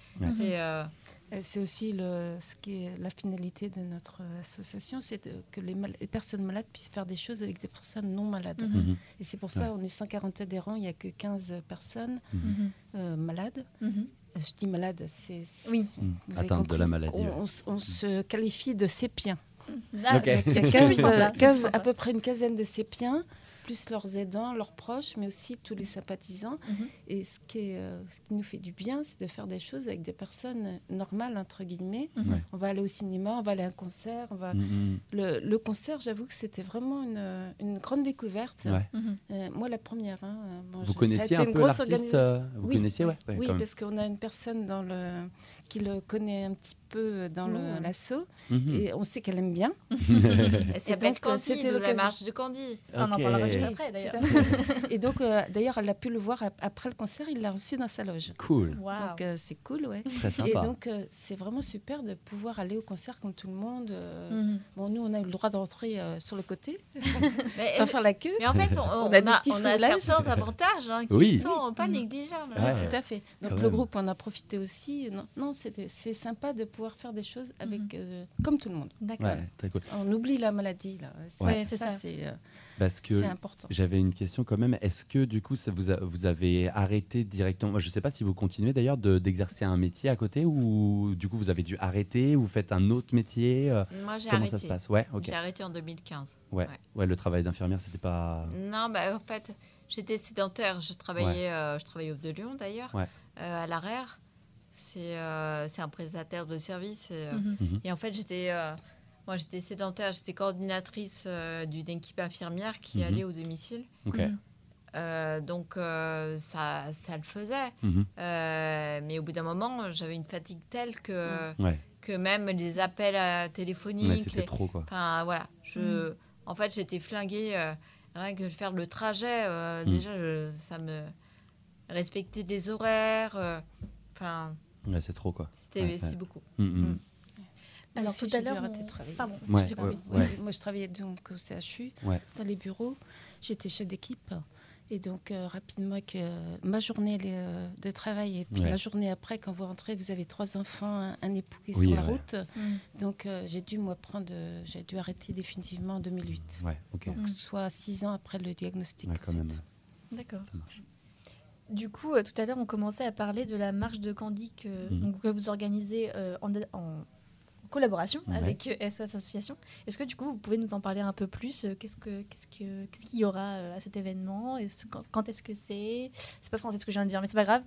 [SPEAKER 10] C'est aussi ce qui est la finalité de notre association, c'est que les personnes malades puissent faire des choses avec des personnes non malades. Et c'est pour ça on est 140 adhérents, il n'y a que 15 personnes malades. Je dis malades, c'est
[SPEAKER 7] atteinte de la maladie.
[SPEAKER 10] On se qualifie de sépiens. Il y a à peu près une quinzaine de sépiens, plus leurs aidants, leurs proches, mais aussi tous les sympathisants. Et ce qui nous fait du bien, c'est de faire des choses avec des personnes normales, entre guillemets. On va aller au cinéma, on va aller à un concert. Le concert, j'avoue que c'était vraiment une grande découverte. Moi, la première.
[SPEAKER 7] Vous connaissiez un peu l'artiste
[SPEAKER 10] Oui, parce qu'on a une personne qui le connaît un petit peu dans l'assaut, et on sait qu'elle aime bien.
[SPEAKER 6] Elle s'appelle Candy, de la marche de Candy.
[SPEAKER 5] On en parlera juste après, d'ailleurs.
[SPEAKER 10] Et donc, d'ailleurs, elle a pu le voir après le concert, il l'a reçu dans sa loge.
[SPEAKER 7] Cool.
[SPEAKER 5] Wow.
[SPEAKER 10] Donc, c'est cool, ouais.
[SPEAKER 7] Très sympa.
[SPEAKER 10] Et donc, c'est vraiment super de pouvoir aller au concert comme tout le monde. Bon, nous, on a eu le droit de rentrer sur le côté, sans faire la queue.
[SPEAKER 6] Mais en fait, on a certains avantages qui ne sont pas négligeables.
[SPEAKER 10] Tout à fait. Donc, le groupe en a profité aussi. Non, c'est sympa de pouvoir faire des choses avec, comme tout le monde.
[SPEAKER 5] D'accord.
[SPEAKER 7] Ouais, très cool.
[SPEAKER 10] On oublie la maladie, là.
[SPEAKER 5] C'est ça.
[SPEAKER 10] C'est important.
[SPEAKER 7] J'avais une question quand même. Est-ce que du coup, vous avez arrêté directement? Je ne sais pas si vous continuez d'ailleurs d'exercer un métier à côté, ou du coup vous avez dû arrêter, ou vous faites un autre métier.
[SPEAKER 6] Moi, j'ai
[SPEAKER 7] Comment
[SPEAKER 6] arrêté.
[SPEAKER 7] Ça se passe? J'ai
[SPEAKER 6] arrêté en 2015.
[SPEAKER 7] Ouais, le travail d'infirmière, c'était pas.
[SPEAKER 6] Non, en fait, j'étais sédentaire. Je travaillais au de Lyon d'ailleurs, à l'ARER. C'est un prestataire de service. Et en fait, j'étais sédentaire, j'étais coordinatrice d'une équipe infirmière qui allait au domicile. Donc, ça le faisait. Mais au bout d'un moment, j'avais une fatigue telle que même les appels téléphoniques...
[SPEAKER 7] c'était trop, quoi.
[SPEAKER 6] Enfin, voilà. En fait, j'étais flinguée. Rien que faire le trajet, déjà, ça me... Respecter les horaires...
[SPEAKER 7] c'est trop, quoi.
[SPEAKER 6] C'est beaucoup.
[SPEAKER 10] Alors tout à l'heure, pardon.
[SPEAKER 7] Moi,
[SPEAKER 10] je travaillais donc au CHU, dans les bureaux. J'étais chef d'équipe. Et donc, rapidement, avec ma journée de travail, et puis la journée après, quand vous rentrez, vous avez 3 enfants, un époux qui est sur la route. Donc, j'ai dû arrêter définitivement en 2008. Donc, soit 6 ans après le diagnostic.
[SPEAKER 7] Quand même.
[SPEAKER 5] D'accord. Ça marche. Du coup, tout à l'heure, on commençait à parler de la marche de Candy que vous organisez en collaboration avec SOS Association. Est-ce que du coup, vous pouvez nous en parler un peu plus? Qu'est-ce qu'il y aura à cet événement? Quand est-ce que c'est? C'est pas français ce que je viens de dire, mais c'est pas grave.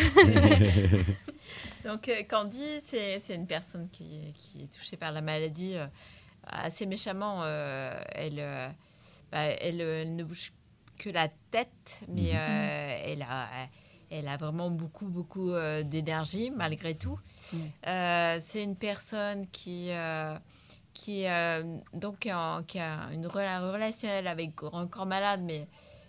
[SPEAKER 6] Donc, Candy, c'est une personne qui est touchée par la maladie assez méchamment. Elle ne bouge que la tête, mais elle a vraiment beaucoup d'énergie malgré tout. C'est une personne qui a une relationnelle avec un corps malade, mais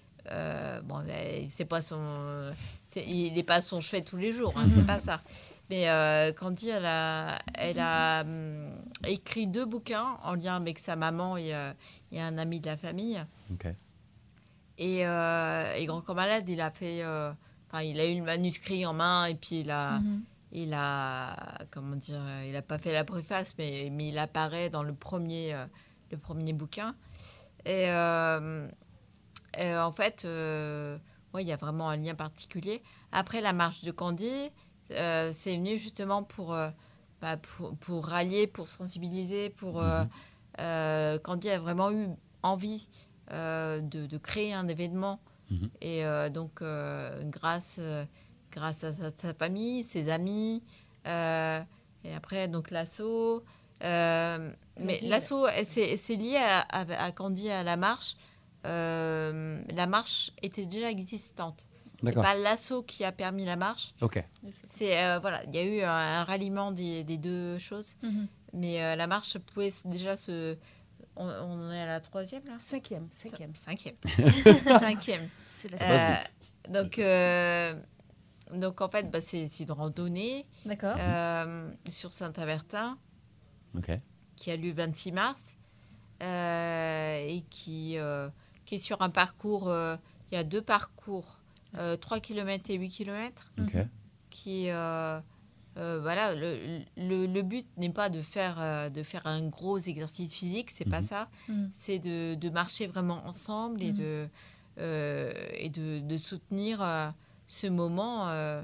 [SPEAKER 6] il n'est pas son chevet tous les jours, c'est pas ça. Mais Candy, elle a écrit 2 bouquins en lien avec sa maman et un ami de la famille. Et Grand Corps Malade, il a fait, il a eu le manuscrit en main et puis il a pas fait la préface, mais il apparaît dans le premier bouquin. Et en fait, il y a vraiment un lien particulier. Après la marche de Candie, c'est venu justement pour rallier, pour sensibiliser, Candie a vraiment eu envie de créer un événement. Et donc, grâce à sa famille, ses amis, et après, donc, l'asso. Mais l'asso, c'est lié à Candie, à la marche. La marche était déjà existante. C'est pas l'asso qui a permis la marche.
[SPEAKER 7] Ok.
[SPEAKER 6] Il y a eu un ralliement des deux choses. Mais la marche pouvait déjà se... On est à la 3e, là ?
[SPEAKER 10] 5e.
[SPEAKER 6] 5e. C'est donc, en fait, c'est une randonnée sur Saint-Avertin qui a lieu le 26 mars et qui est sur un parcours... il y a 2 parcours, 3 km et 8 km, qui... le but n'est pas de faire un gros exercice physique, c'est pas ça. C'est de marcher vraiment ensemble et de soutenir ce moment,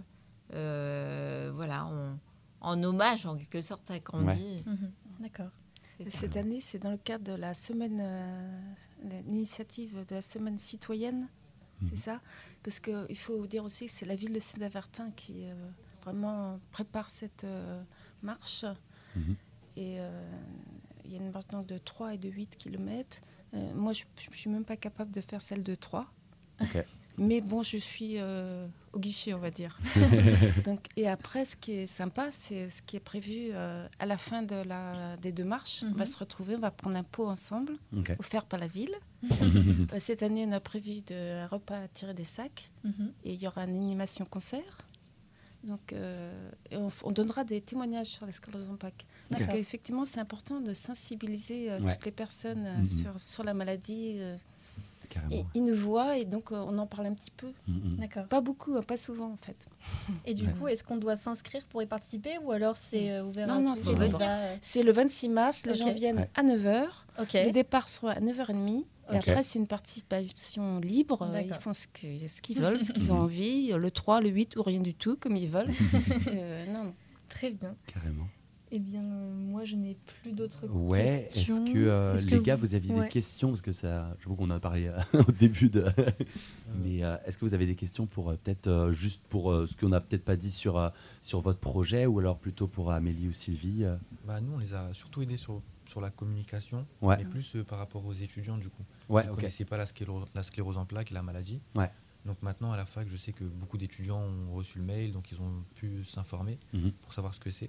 [SPEAKER 6] en hommage en quelque sorte à Candie.
[SPEAKER 5] D'accord.
[SPEAKER 10] Cette année, c'est dans le cadre de la semaine, l'initiative de la semaine citoyenne, c'est ça ? Parce qu'il faut dire aussi que c'est la ville de Saint-Avertin qui vraiment prépare cette marche. Et il y a une marche donc de 3 et de 8 km. Moi, je ne suis même pas capable de faire celle de 3. Mais bon, je suis au guichet, on va dire. Donc, et après, ce qui est sympa, c'est ce qui est prévu à la fin des 2 marches. On va se retrouver, on va prendre un pot ensemble, offert par la ville. Cette année, on a prévu un repas à tirer des sacs. Et il y aura une animation-concert. Donc, on donnera des témoignages sur la sclérose en plaques. Parce qu'effectivement, c'est important de sensibiliser toutes les personnes sur la maladie. Ils nous voient et donc on en parle un petit peu.
[SPEAKER 5] D'accord.
[SPEAKER 10] Pas beaucoup, pas souvent en fait.
[SPEAKER 5] Et du coup, est-ce qu'on doit s'inscrire pour y participer ou alors c'est ouvert à
[SPEAKER 10] Non,
[SPEAKER 5] tous
[SPEAKER 10] c'est le 26 mars. Les gens viennent à 9h. Le départ sera à 9h30. Et après, c'est une participation libre. Ils font ce qu'ils veulent, ce qu'ils ont envie. Le 3, le 8 ou rien du tout, comme ils veulent. Non.
[SPEAKER 5] Très bien.
[SPEAKER 7] Carrément.
[SPEAKER 5] Eh bien, moi, je n'ai plus d'autres
[SPEAKER 7] questions. Est-ce que les gars, vous aviez des questions ? Parce que ça, j'avoue qu'on en a parlé au début Mais est-ce que vous avez des questions pour peut-être juste pour ce qu'on n'a peut-être pas dit sur votre projet ou alors plutôt pour Amélie ou Sylvie
[SPEAKER 9] Nous, on les a surtout aidés sur la communication, mais plus par rapport aux étudiants du coup. Ils ne connaissaient pas la sclérose en plaques et la maladie. Donc maintenant, à la fac, je sais que beaucoup d'étudiants ont reçu le mail, donc ils ont pu s'informer pour savoir ce que c'est.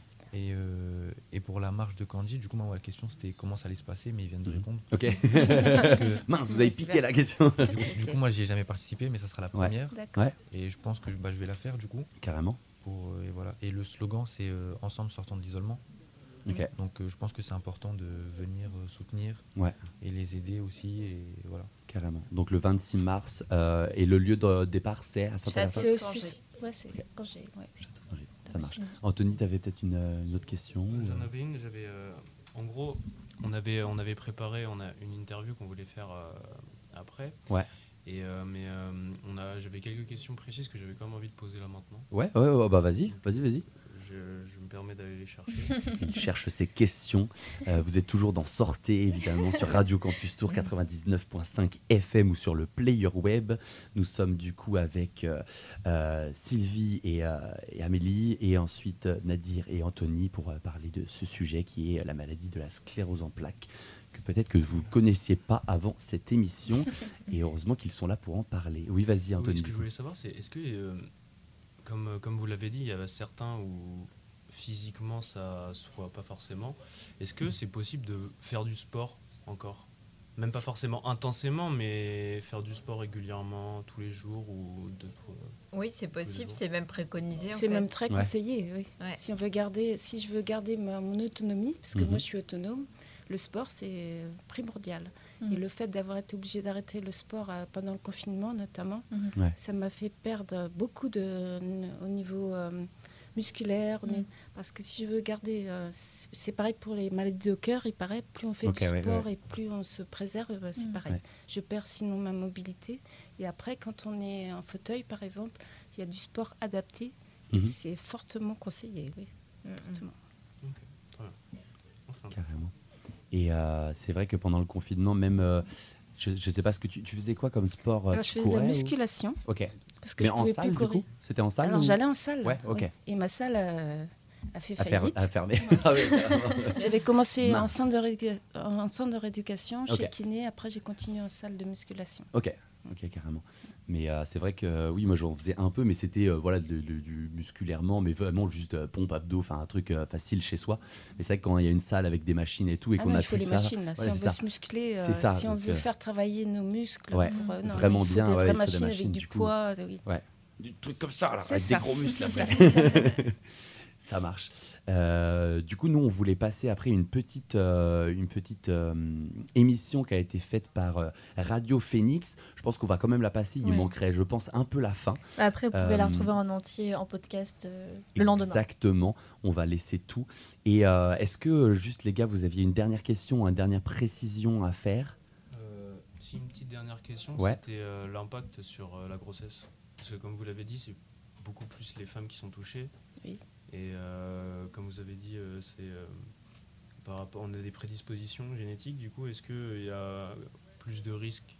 [SPEAKER 9] Et pour la marche de Candie, du coup, la question c'était comment ça allait se passer, mais ils viennent de répondre.
[SPEAKER 7] Ok. Mince, vous avez piqué la question.
[SPEAKER 9] Du coup, moi, j'y ai jamais participé, mais ça sera la première. Et je pense que je vais la faire, du coup.
[SPEAKER 7] Carrément.
[SPEAKER 9] Et voilà. Et le slogan, c'est Ensemble sortant de l'isolement. Donc, je pense que c'est important de venir soutenir et les aider aussi. Et voilà.
[SPEAKER 7] Carrément. Donc, le 26 mars, et le lieu de départ, c'est à Saint-Avertin.
[SPEAKER 10] C'est Cangé.
[SPEAKER 7] Ça marche. Anthony, tu avais peut-être une autre question
[SPEAKER 8] J'en avais une. En gros, on avait préparé une interview qu'on voulait faire après. Mais j'avais quelques questions précises que j'avais quand même envie de poser là maintenant.
[SPEAKER 7] Bah vas-y.
[SPEAKER 8] Je me permets d'aller les chercher.
[SPEAKER 7] Il cherche ses questions. Vous êtes toujours dans Sortez, évidemment, sur Radio Campus Tour 99.5 FM ou sur le player web. Nous sommes du coup avec Sylvie et Amélie, et ensuite Nadir et Anthony pour parler de ce sujet qui est la maladie de la sclérose en plaques, que peut-être que vous ne connaissiez pas avant cette émission. Et heureusement qu'ils sont là pour en parler. Oui, vas-y, Anthony.
[SPEAKER 8] Ce que je voulais savoir, c'est est-ce que... Comme vous l'avez dit, il y a certains où physiquement ça se voit pas forcément. Est-ce que c'est possible de faire du sport encore ? Même pas forcément intensément, mais faire du sport régulièrement, tous les jours ou
[SPEAKER 6] Oui, c'est possible, c'est même préconisé.
[SPEAKER 10] C'est même très conseillé, oui. Si je veux garder mon autonomie, parce que moi je suis autonome, le sport c'est primordial. Et le fait d'avoir été obligée d'arrêter le sport pendant le confinement, notamment, ça m'a fait perdre beaucoup au niveau musculaire. Parce que si je veux garder... c'est pareil pour les maladies de cœur, il paraît. Plus on fait du sport et plus on se préserve, c'est pareil. Je perds sinon ma mobilité. Et après, quand on est en fauteuil, par exemple, il y a du sport adapté. Et c'est fortement conseillé, oui. Fortement.
[SPEAKER 7] Carrément. Et c'est vrai que pendant le confinement, même, je ne sais pas ce que tu faisais quoi comme sport.
[SPEAKER 10] Alors, je faisais de la musculation.
[SPEAKER 7] Ok.
[SPEAKER 10] Parce que
[SPEAKER 7] mais
[SPEAKER 10] je
[SPEAKER 7] en
[SPEAKER 10] pouvais
[SPEAKER 7] salle,
[SPEAKER 10] plus courir.
[SPEAKER 7] du coup C'était en salle?
[SPEAKER 10] Alors j'allais en salle.
[SPEAKER 7] Ouais, ok.
[SPEAKER 10] Oui. Et ma salle a fait faillite.
[SPEAKER 7] A fermé.
[SPEAKER 10] J'avais commencé en centre de rééducation, chez kiné. Après, j'ai continué en salle de musculation.
[SPEAKER 7] Ok, carrément. Mais c'est vrai que oui, moi j'en faisais un peu, mais c'était du musculairement, mais vraiment juste pompe, abdos, enfin un truc facile chez soi. Mais c'est vrai que quand il y a une salle avec des machines et tout, et qu'on a tout ça,
[SPEAKER 10] machines, là. Si on veut se muscler, si on veut faire travailler nos muscles,
[SPEAKER 7] vraiment bien,
[SPEAKER 10] des vraies
[SPEAKER 7] il faut
[SPEAKER 10] machines
[SPEAKER 7] des
[SPEAKER 10] avec du poids.
[SPEAKER 7] Ouais. Du truc comme ça, là, avec
[SPEAKER 10] des
[SPEAKER 7] gros muscles. Ça marche. Du coup, nous, on voulait passer après une petite émission qui a été faite par Radio Phoenix. Je pense qu'on va quand même la passer. Il manquerait, je pense, un peu la fin.
[SPEAKER 5] Après, vous pouvez la retrouver en entier en podcast le lendemain.
[SPEAKER 7] Exactement. On va laisser tout. Et est-ce que, juste les gars, vous aviez une dernière question, une dernière précision à faire?
[SPEAKER 8] Si, une petite dernière question, c'était l'impact sur la grossesse. Parce que comme vous l'avez dit, c'est beaucoup plus les femmes qui sont touchées.
[SPEAKER 10] Oui.
[SPEAKER 8] Et comme vous avez dit, par rapport, on a des prédispositions génétiques. Du coup, est-ce qu'il y a plus de risques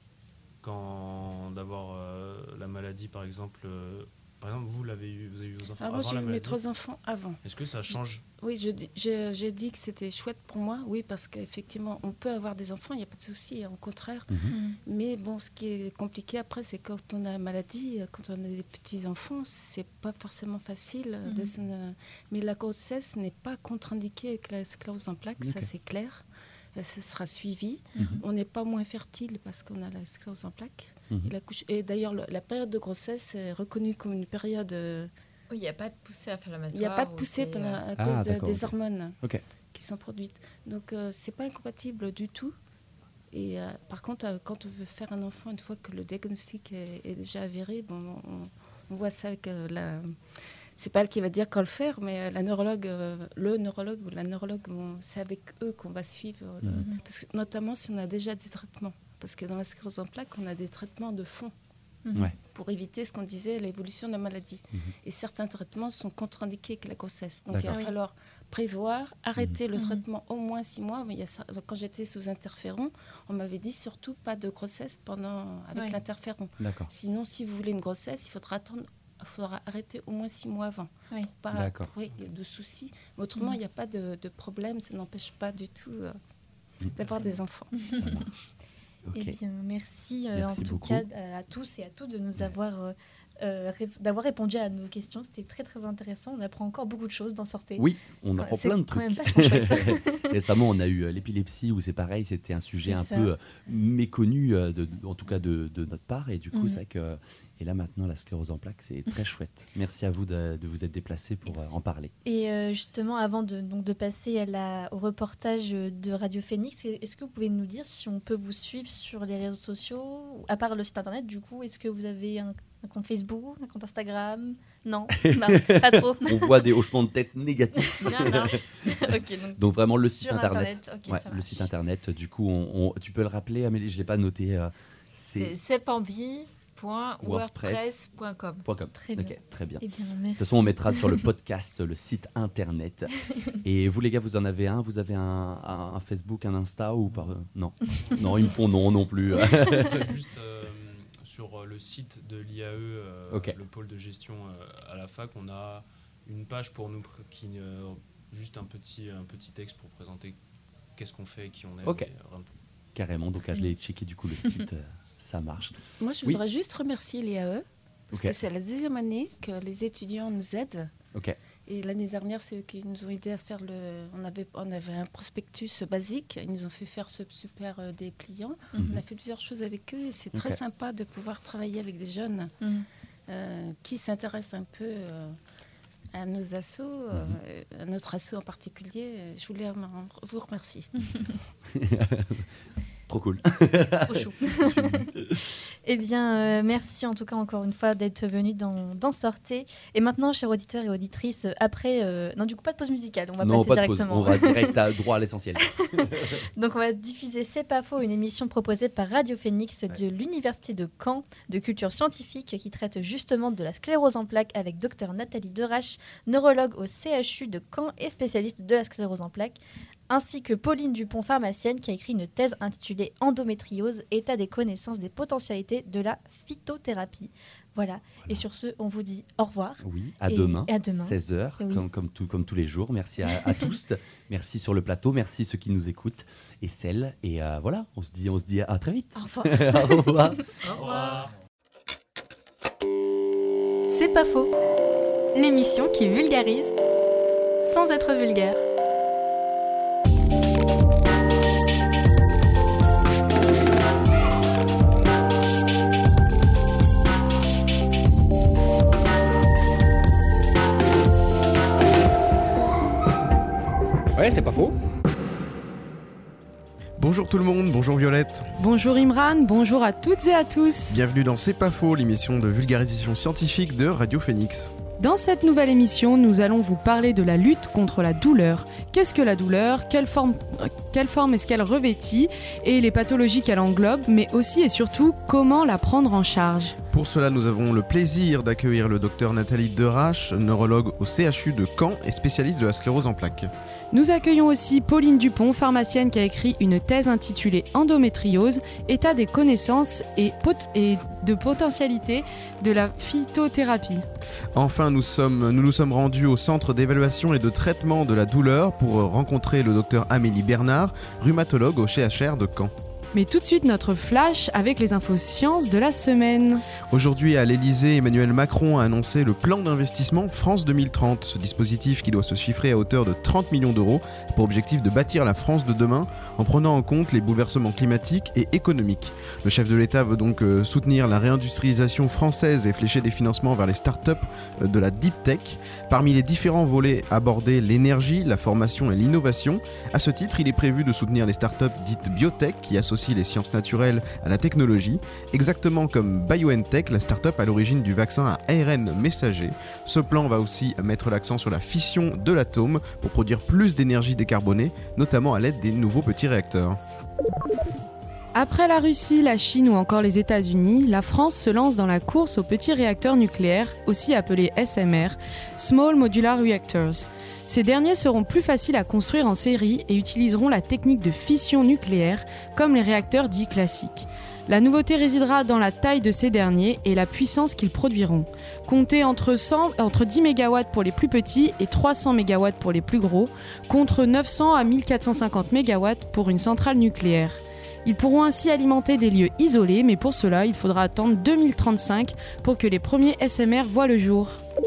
[SPEAKER 8] d'avoir la maladie, par exemple vous avez eu vos enfants avant la maladie?
[SPEAKER 10] Moi, j'ai eu mes 3 enfants avant.
[SPEAKER 8] Est-ce que ça change?
[SPEAKER 10] Oui, je dis que c'était chouette pour moi, oui, parce qu'effectivement, on peut avoir des enfants, il n'y a pas de souci, au contraire. Mais bon, ce qui est compliqué après, c'est quand on a la maladie, quand on a des petits-enfants, c'est pas forcément facile. Mais la grossesse n'est pas contre-indiquée avec la sclérose en plaques, ça c'est clair. Ça sera suivi. On n'est pas moins fertile parce qu'on a la sclérose en plaques. Et d'ailleurs, la période de grossesse est reconnue comme une période...
[SPEAKER 6] Oui, il n'y a pas de poussée inflammatoire.
[SPEAKER 10] Il n'y a pas de poussée à cause des hormones qui sont produites. Donc, ce n'est pas incompatible du tout. Et par contre, quand on veut faire un enfant, une fois que le diagnostic est déjà avéré, on voit ça avec c'est pas elle qui va dire quand le faire, mais le neurologue ou la neurologue, c'est avec eux qu'on va suivre. Parce que, notamment si on a déjà des traitements. Parce que dans la sclérose en plaques, on a des traitements de fond pour éviter ce qu'on disait, l'évolution de la maladie. Et certains traitements sont contre-indiqués avec la grossesse. Donc il va falloir prévoir, arrêter le traitement au moins 6 mois. Mais quand j'étais sous interféron, on m'avait dit surtout pas de grossesse avec l'interféron. Sinon, si vous voulez une grossesse, il faudra arrêter au moins 6 mois avant pour pas de soucis. Mais autrement, il n'y a pas de problème. Ça n'empêche pas du tout d'avoir des enfants.
[SPEAKER 7] Ça marche.
[SPEAKER 5] Eh bien, merci en tout cas à tous et à toutes de nous avoir d'avoir répondu à nos questions. C'était très très intéressant. On apprend encore beaucoup de choses d'en sortir.
[SPEAKER 7] Oui, on apprend plein de trucs.
[SPEAKER 5] C'est quand même vachement chouette.
[SPEAKER 7] Récemment, on a eu l'épilepsie où c'est pareil, c'était un sujet peu méconnu, en tout cas de notre part. Et du coup, c'est vrai que... Et là, maintenant, la sclérose en plaques, c'est très chouette. Merci à vous de vous être déplacés pour en parler.
[SPEAKER 5] Et justement, avant de passer au reportage de Radio Phoenix, est-ce que vous pouvez nous dire si on peut vous suivre sur les réseaux sociaux, à part le site internet, du coup, est-ce que vous avez un compte Facebook, un compte Instagram? Non, pas trop.
[SPEAKER 7] On voit des hochements de tête négatifs.
[SPEAKER 5] Non. Okay,
[SPEAKER 7] donc vraiment le site internet.
[SPEAKER 5] Okay,
[SPEAKER 7] le site internet, du coup, tu peux le rappeler, Amélie, je ne l'ai pas noté.
[SPEAKER 6] C'est sepenvie.wordpress.com.
[SPEAKER 5] Très bien.
[SPEAKER 7] Très bien.
[SPEAKER 5] Eh bien, merci.
[SPEAKER 7] De toute façon, on mettra sur le podcast le site internet. Et vous, les gars, vous en avez un? Vous avez un Facebook, un Insta ou pas? Non, ils me font non plus.
[SPEAKER 8] Juste sur le site de l'IAE, le pôle de gestion à la fac, on a une page pour nous juste un petit texte pour présenter qu'est-ce qu'on fait et qui on est.
[SPEAKER 7] Carrément. Donc, je l'ai checké du coup le site. Ça marche.
[SPEAKER 10] Moi, je voudrais juste remercier l'IAE, parce que c'est la 10e année que les étudiants nous aident. Et l'année dernière, c'est eux qui nous ont aidés à faire on avait un prospectus basique. Ils nous ont fait faire ce super dépliant. On a fait plusieurs choses avec eux et c'est très sympa de pouvoir travailler avec des jeunes qui s'intéressent un peu à nos assos, à notre asso en particulier. Je voulais vous remercier.
[SPEAKER 7] Trop cool.
[SPEAKER 5] Trop chou. Eh bien, merci en tout cas encore une fois d'être venu dans Sortez. Et maintenant, chers auditeurs et auditrices, après... non, du coup, pas de pause musicale. On va passer directement.
[SPEAKER 7] On va direct droit à l'essentiel.
[SPEAKER 5] Donc, on va diffuser C'est pas faux, une émission proposée par Radio Phoenix de l'Université de Caen, de culture scientifique, qui traite justement de la sclérose en plaques avec Dr Nathalie Derache, neurologue au CHU de Caen et spécialiste de la sclérose en plaques, ainsi que Pauline Dupont, pharmacienne, qui a écrit une thèse intitulée Endométriose, état des connaissances des potentialités de la phytothérapie. Voilà. Et sur ce, on vous dit au revoir.
[SPEAKER 7] Oui, à demain, 16h,
[SPEAKER 5] oui.
[SPEAKER 7] comme tous les jours. Merci à tous. Merci sur le plateau. Merci ceux qui nous écoutent et celles. Et voilà, on se dit à très vite.
[SPEAKER 5] Au revoir.
[SPEAKER 7] Au revoir.
[SPEAKER 6] Au revoir.
[SPEAKER 11] C'est pas faux. L'émission qui vulgarise sans être vulgaire.
[SPEAKER 12] Ouais, c'est pas faux.
[SPEAKER 13] Bonjour tout le monde, bonjour Violette.
[SPEAKER 14] Bonjour Imran, bonjour à toutes et à tous.
[SPEAKER 13] Bienvenue dans C'est pas faux, l'émission de vulgarisation scientifique de Radio Phoenix.
[SPEAKER 14] Dans cette nouvelle émission, nous allons vous parler de la lutte contre la douleur. Qu'est-ce que la douleur ? Quelle forme est-ce qu'elle revêtit ? Et les pathologies qu'elle englobe, mais aussi et surtout, comment la prendre en charge ?
[SPEAKER 13] Pour cela, nous avons le plaisir d'accueillir le docteur Nathalie Derache, neurologue au CHU de Caen et spécialiste de la sclérose en plaques.
[SPEAKER 14] Nous accueillons aussi Pauline Dupont, pharmacienne qui a écrit une thèse intitulée Endométriose, état des connaissances et de potentialité de la phytothérapie.
[SPEAKER 13] Enfin, nous nous sommes rendus au centre d'évaluation et de traitement de la douleur pour rencontrer le docteur Amélie Bernard, rhumatologue au CHR de Caen.
[SPEAKER 14] Mais tout de suite, notre flash avec les infos sciences de la semaine.
[SPEAKER 13] Aujourd'hui, à l'Elysée, Emmanuel Macron a annoncé le plan d'investissement France 2030. Ce dispositif qui doit se chiffrer à hauteur de 30 millions d'euros pour objectif de bâtir la France de demain en prenant en compte les bouleversements climatiques et économiques. Le chef de l'État veut donc soutenir la réindustrialisation française et flécher des financements vers les startups de la deep tech. Parmi les différents volets abordés, l'énergie, la formation et l'innovation. À ce titre, il est prévu de soutenir les startups dites biotech qui associent les sciences naturelles à la technologie, exactement comme BioNTech, la start-up à l'origine du vaccin à ARN messager. Ce plan va aussi mettre l'accent sur la fission de l'atome pour produire plus d'énergie décarbonée, notamment à l'aide des nouveaux petits réacteurs.
[SPEAKER 14] Après la Russie, la Chine ou encore les États-Unis, la France se lance dans la course aux petits réacteurs nucléaires, aussi appelés SMR, Small Modular Reactors. Ces derniers seront plus faciles à construire en série et utiliseront la technique de fission nucléaire, comme les réacteurs dits classiques. La nouveauté résidera dans la taille de ces derniers et la puissance qu'ils produiront. Comptez entre 10 MW pour les plus petits et 300 MW pour les plus gros, contre 900 à 1450 MW pour une centrale nucléaire. Ils pourront ainsi alimenter des lieux isolés, mais pour cela, il faudra attendre 2035 pour que les premiers SMR voient le jour.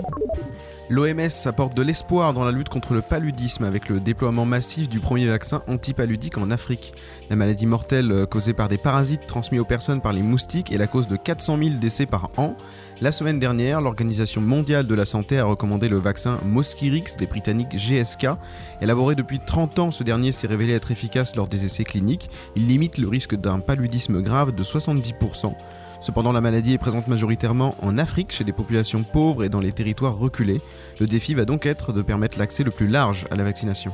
[SPEAKER 13] L'OMS apporte de l'espoir dans la lutte contre le paludisme avec le déploiement massif du premier vaccin antipaludique en Afrique. La maladie mortelle causée par des parasites transmis aux personnes par les moustiques est la cause de 400 000 décès par an. La semaine dernière, l'Organisation mondiale de la santé a recommandé le vaccin Mosquirix des Britanniques GSK. Élaboré depuis 30 ans, ce dernier s'est révélé être efficace lors des essais cliniques. Il limite le risque d'un paludisme grave de 70%. Cependant, la maladie est présente majoritairement en Afrique, chez des populations pauvres et dans les territoires reculés. Le défi va donc être de permettre l'accès le plus large à la vaccination.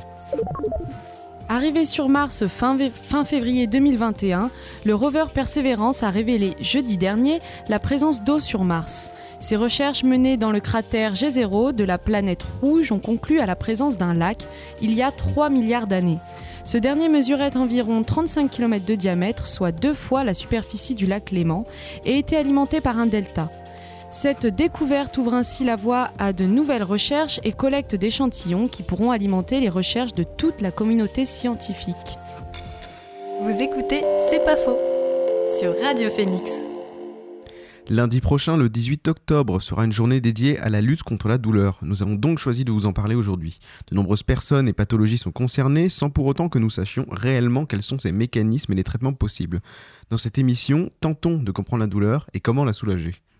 [SPEAKER 14] Arrivé sur Mars fin février 2021, le rover Perseverance a révélé jeudi dernier la présence d'eau sur Mars. Ces recherches menées dans le cratère G0 de la planète rouge ont conclu à la présence d'un lac il y a 3 milliards d'années. Ce dernier mesurait environ 35 km de diamètre, soit 2 fois la superficie du lac Léman, et était alimenté par un delta. Cette découverte ouvre ainsi la voie à de nouvelles recherches et collecte d'échantillons qui pourront alimenter les recherches de toute la communauté scientifique.
[SPEAKER 11] Vous écoutez C'est pas faux sur Radio Phoenix.
[SPEAKER 13] Lundi prochain, le 18 octobre, sera une journée dédiée à la lutte contre la douleur. Nous avons donc choisi de vous en parler aujourd'hui. De nombreuses personnes et pathologies sont concernées, sans pour autant que nous sachions réellement quels sont ces mécanismes et les traitements possibles. Dans cette émission, tentons de comprendre la douleur et comment la soulager.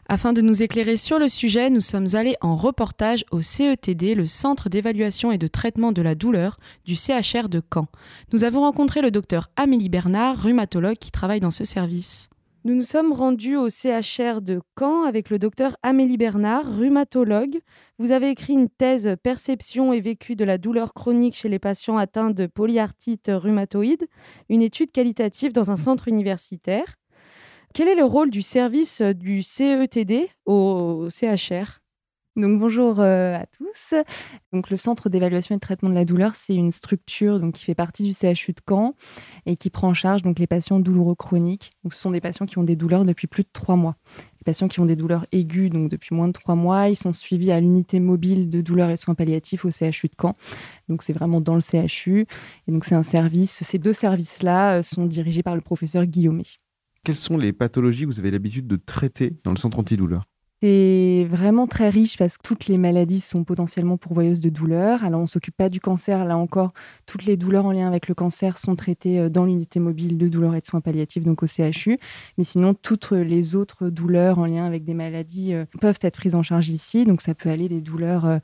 [SPEAKER 14] Afin de nous éclairer sur le sujet, nous sommes allés en reportage au CETD, le Centre d'évaluation et de traitement de la douleur du CHR de Caen. Nous avons rencontré le docteur Amélie Bernard, rhumatologue qui travaille dans ce service. Nous nous sommes rendus au CHR de Caen avec le docteur Amélie Bernard, rhumatologue. Vous avez écrit une thèse « Perception et vécu de la douleur chronique chez les patients atteints de polyarthrite rhumatoïde », une étude qualitative dans un centre universitaire. Quel est le rôle du service du CETD au CHR ?
[SPEAKER 15] Donc, bonjour à tous. Donc, le Centre d'évaluation et de traitement de la douleur, c'est une structure qui fait partie du CHU de Caen et qui prend en charge les patients douloureux chroniques. Donc, ce sont des patients qui ont des douleurs depuis plus de 3 mois. Les patients qui ont des douleurs aiguës depuis moins de 3 mois, ils sont suivis à l'unité mobile de douleurs et soins palliatifs au CHU de Caen. Donc, c'est vraiment dans le CHU. Et donc, c'est un service. Ces 2 services-là sont dirigés par le professeur Guillaumet.
[SPEAKER 13] Quelles sont les pathologies que vous avez l'habitude de traiter dans le centre antidouleur ?
[SPEAKER 15] C'est vraiment très riche parce que toutes les maladies sont potentiellement pourvoyeuses de douleurs. Alors, on ne s'occupe pas du cancer. Là encore, toutes les douleurs en lien avec le cancer sont traitées dans l'unité mobile de douleurs et de soins palliatifs, donc au CHU. Mais sinon, toutes les autres douleurs en lien avec des maladies peuvent être prises en charge ici. Donc, ça peut aller des douleurs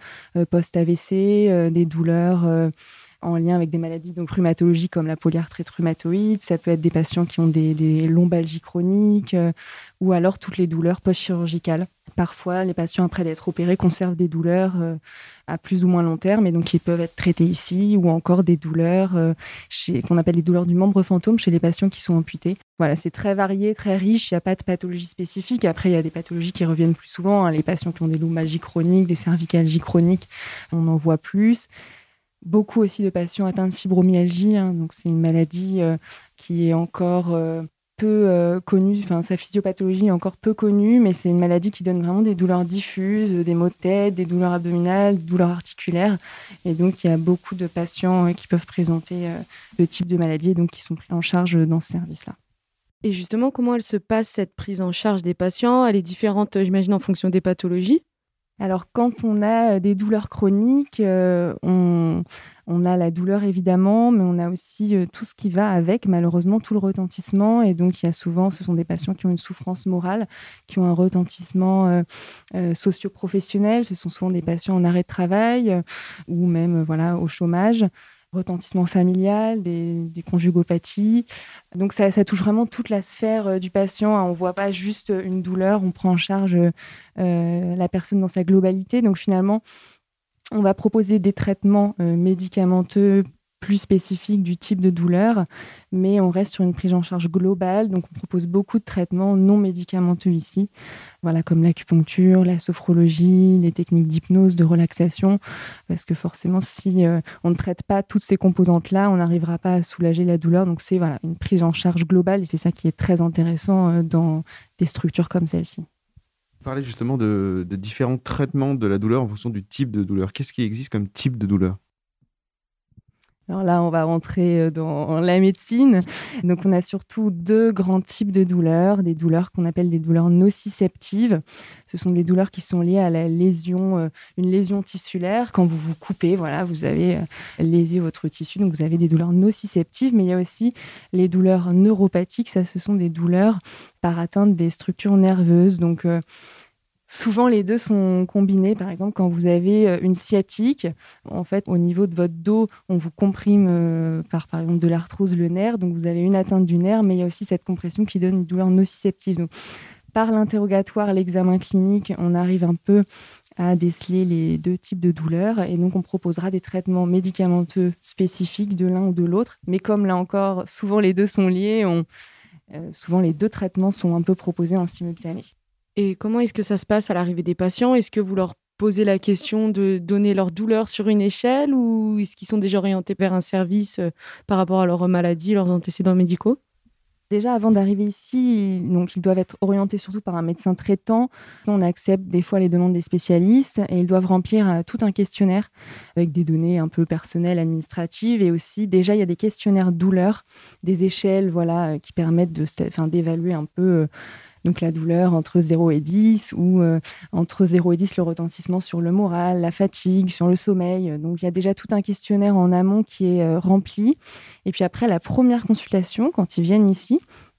[SPEAKER 15] post-AVC, des douleurs en lien avec des maladies rhumatologiques comme la polyarthrite rhumatoïde. Ça peut être des patients qui ont des lombalgies chroniques ou alors toutes les douleurs post-chirurgicales. Parfois, les patients, après d'être opérés, conservent des douleurs à plus ou moins long terme et donc ils peuvent être traités ici, ou encore des douleurs qu'on appelle les douleurs du membre fantôme chez les patients qui sont amputés. Voilà, c'est très varié, très riche. Il n'y a pas de pathologie spécifique. Après, il y a des pathologies qui reviennent plus souvent. Les patients qui ont des lombalgies chroniques, des cervicalgies chroniques, on en voit plus. Beaucoup aussi de patients atteints de fibromyalgie. Donc, c'est une maladie qui est encore peu connue. Enfin, sa physiopathologie est encore peu connue, mais c'est une maladie qui donne vraiment des douleurs diffuses, des maux de tête, des douleurs abdominales, des douleurs articulaires. Et donc, il y a beaucoup de patients qui peuvent présenter ce type de maladie et donc qui sont pris en charge dans ce service-là.
[SPEAKER 14] Et justement, comment elle se passe, cette prise en charge des patients ? Elle est différente, j'imagine, en fonction des pathologies ?
[SPEAKER 15] Alors, quand on a des douleurs chroniques, on a la douleur évidemment, mais on a aussi tout ce qui va avec, malheureusement, tout le retentissement. Et donc, il y a souvent, ce sont des patients qui ont une souffrance morale, qui ont un retentissement socio-professionnel. Ce sont souvent des patients en arrêt de travail ou même au chômage. Retentissement familial, des conjugopathies. Donc, ça touche vraiment toute la sphère du patient. On ne voit pas juste une douleur, on prend en charge la personne dans sa globalité. Donc, finalement, on va proposer des traitements médicamenteux plus spécifiques du type de douleur, mais on reste sur une prise en charge globale. Donc, on propose beaucoup de traitements non médicamenteux ici, comme l'acupuncture, la sophrologie, les techniques d'hypnose, de relaxation, parce que forcément, si on ne traite pas toutes ces composantes-là, on n'arrivera pas à soulager la douleur. Donc, c'est une prise en charge globale et c'est ça qui est très intéressant dans des structures comme celle-ci.
[SPEAKER 13] Vous parlez justement de différents traitements de la douleur en fonction du type de douleur. Qu'est-ce qui existe comme type de douleur ?
[SPEAKER 15] Alors là, on va rentrer dans la médecine. Donc, on a surtout 2 grands types de douleurs. Des douleurs qu'on appelle des douleurs nociceptives. Ce sont des douleurs qui sont liées à la lésion, une lésion tissulaire. Quand vous vous coupez, vous avez lésé votre tissu. Donc, vous avez des douleurs nociceptives. Mais il y a aussi les douleurs neuropathiques. Ça, ce sont des douleurs par atteinte des structures nerveuses. Donc, souvent, les 2 sont combinés. Par exemple, quand vous avez une sciatique, en fait, au niveau de votre dos, on vous comprime par exemple de l'arthrose le nerf. Donc, vous avez une atteinte du nerf, mais il y a aussi cette compression qui donne une douleur nociceptive. Donc, par l'interrogatoire, l'examen clinique, on arrive un peu à déceler les 2 types de douleurs. Et donc, on proposera des traitements médicamenteux spécifiques de l'un ou de l'autre. Mais comme là encore, souvent les 2 sont liés, souvent les 2 traitements sont un peu proposés en simultané.
[SPEAKER 14] Et comment est-ce que ça se passe à l'arrivée des patients ? Est-ce que vous leur posez la question de donner leur douleur sur une échelle ou est-ce qu'ils sont déjà orientés vers un service par rapport à leur maladie, leurs antécédents médicaux ?
[SPEAKER 15] Déjà, avant d'arriver ici, ils doivent être orientés surtout par un médecin traitant. On accepte des fois les demandes des spécialistes et ils doivent remplir tout un questionnaire avec des données un peu personnelles, administratives. Et aussi, déjà, il y a des questionnaires douleur, des échelles qui permettent d'évaluer un peu donc la douleur entre 0 et 10 ou entre 0 et 10, le retentissement sur le moral, la fatigue, sur le sommeil. Donc, il y a déjà tout un questionnaire en amont qui est rempli. Et puis après, la première consultation, quand ils viennent ici,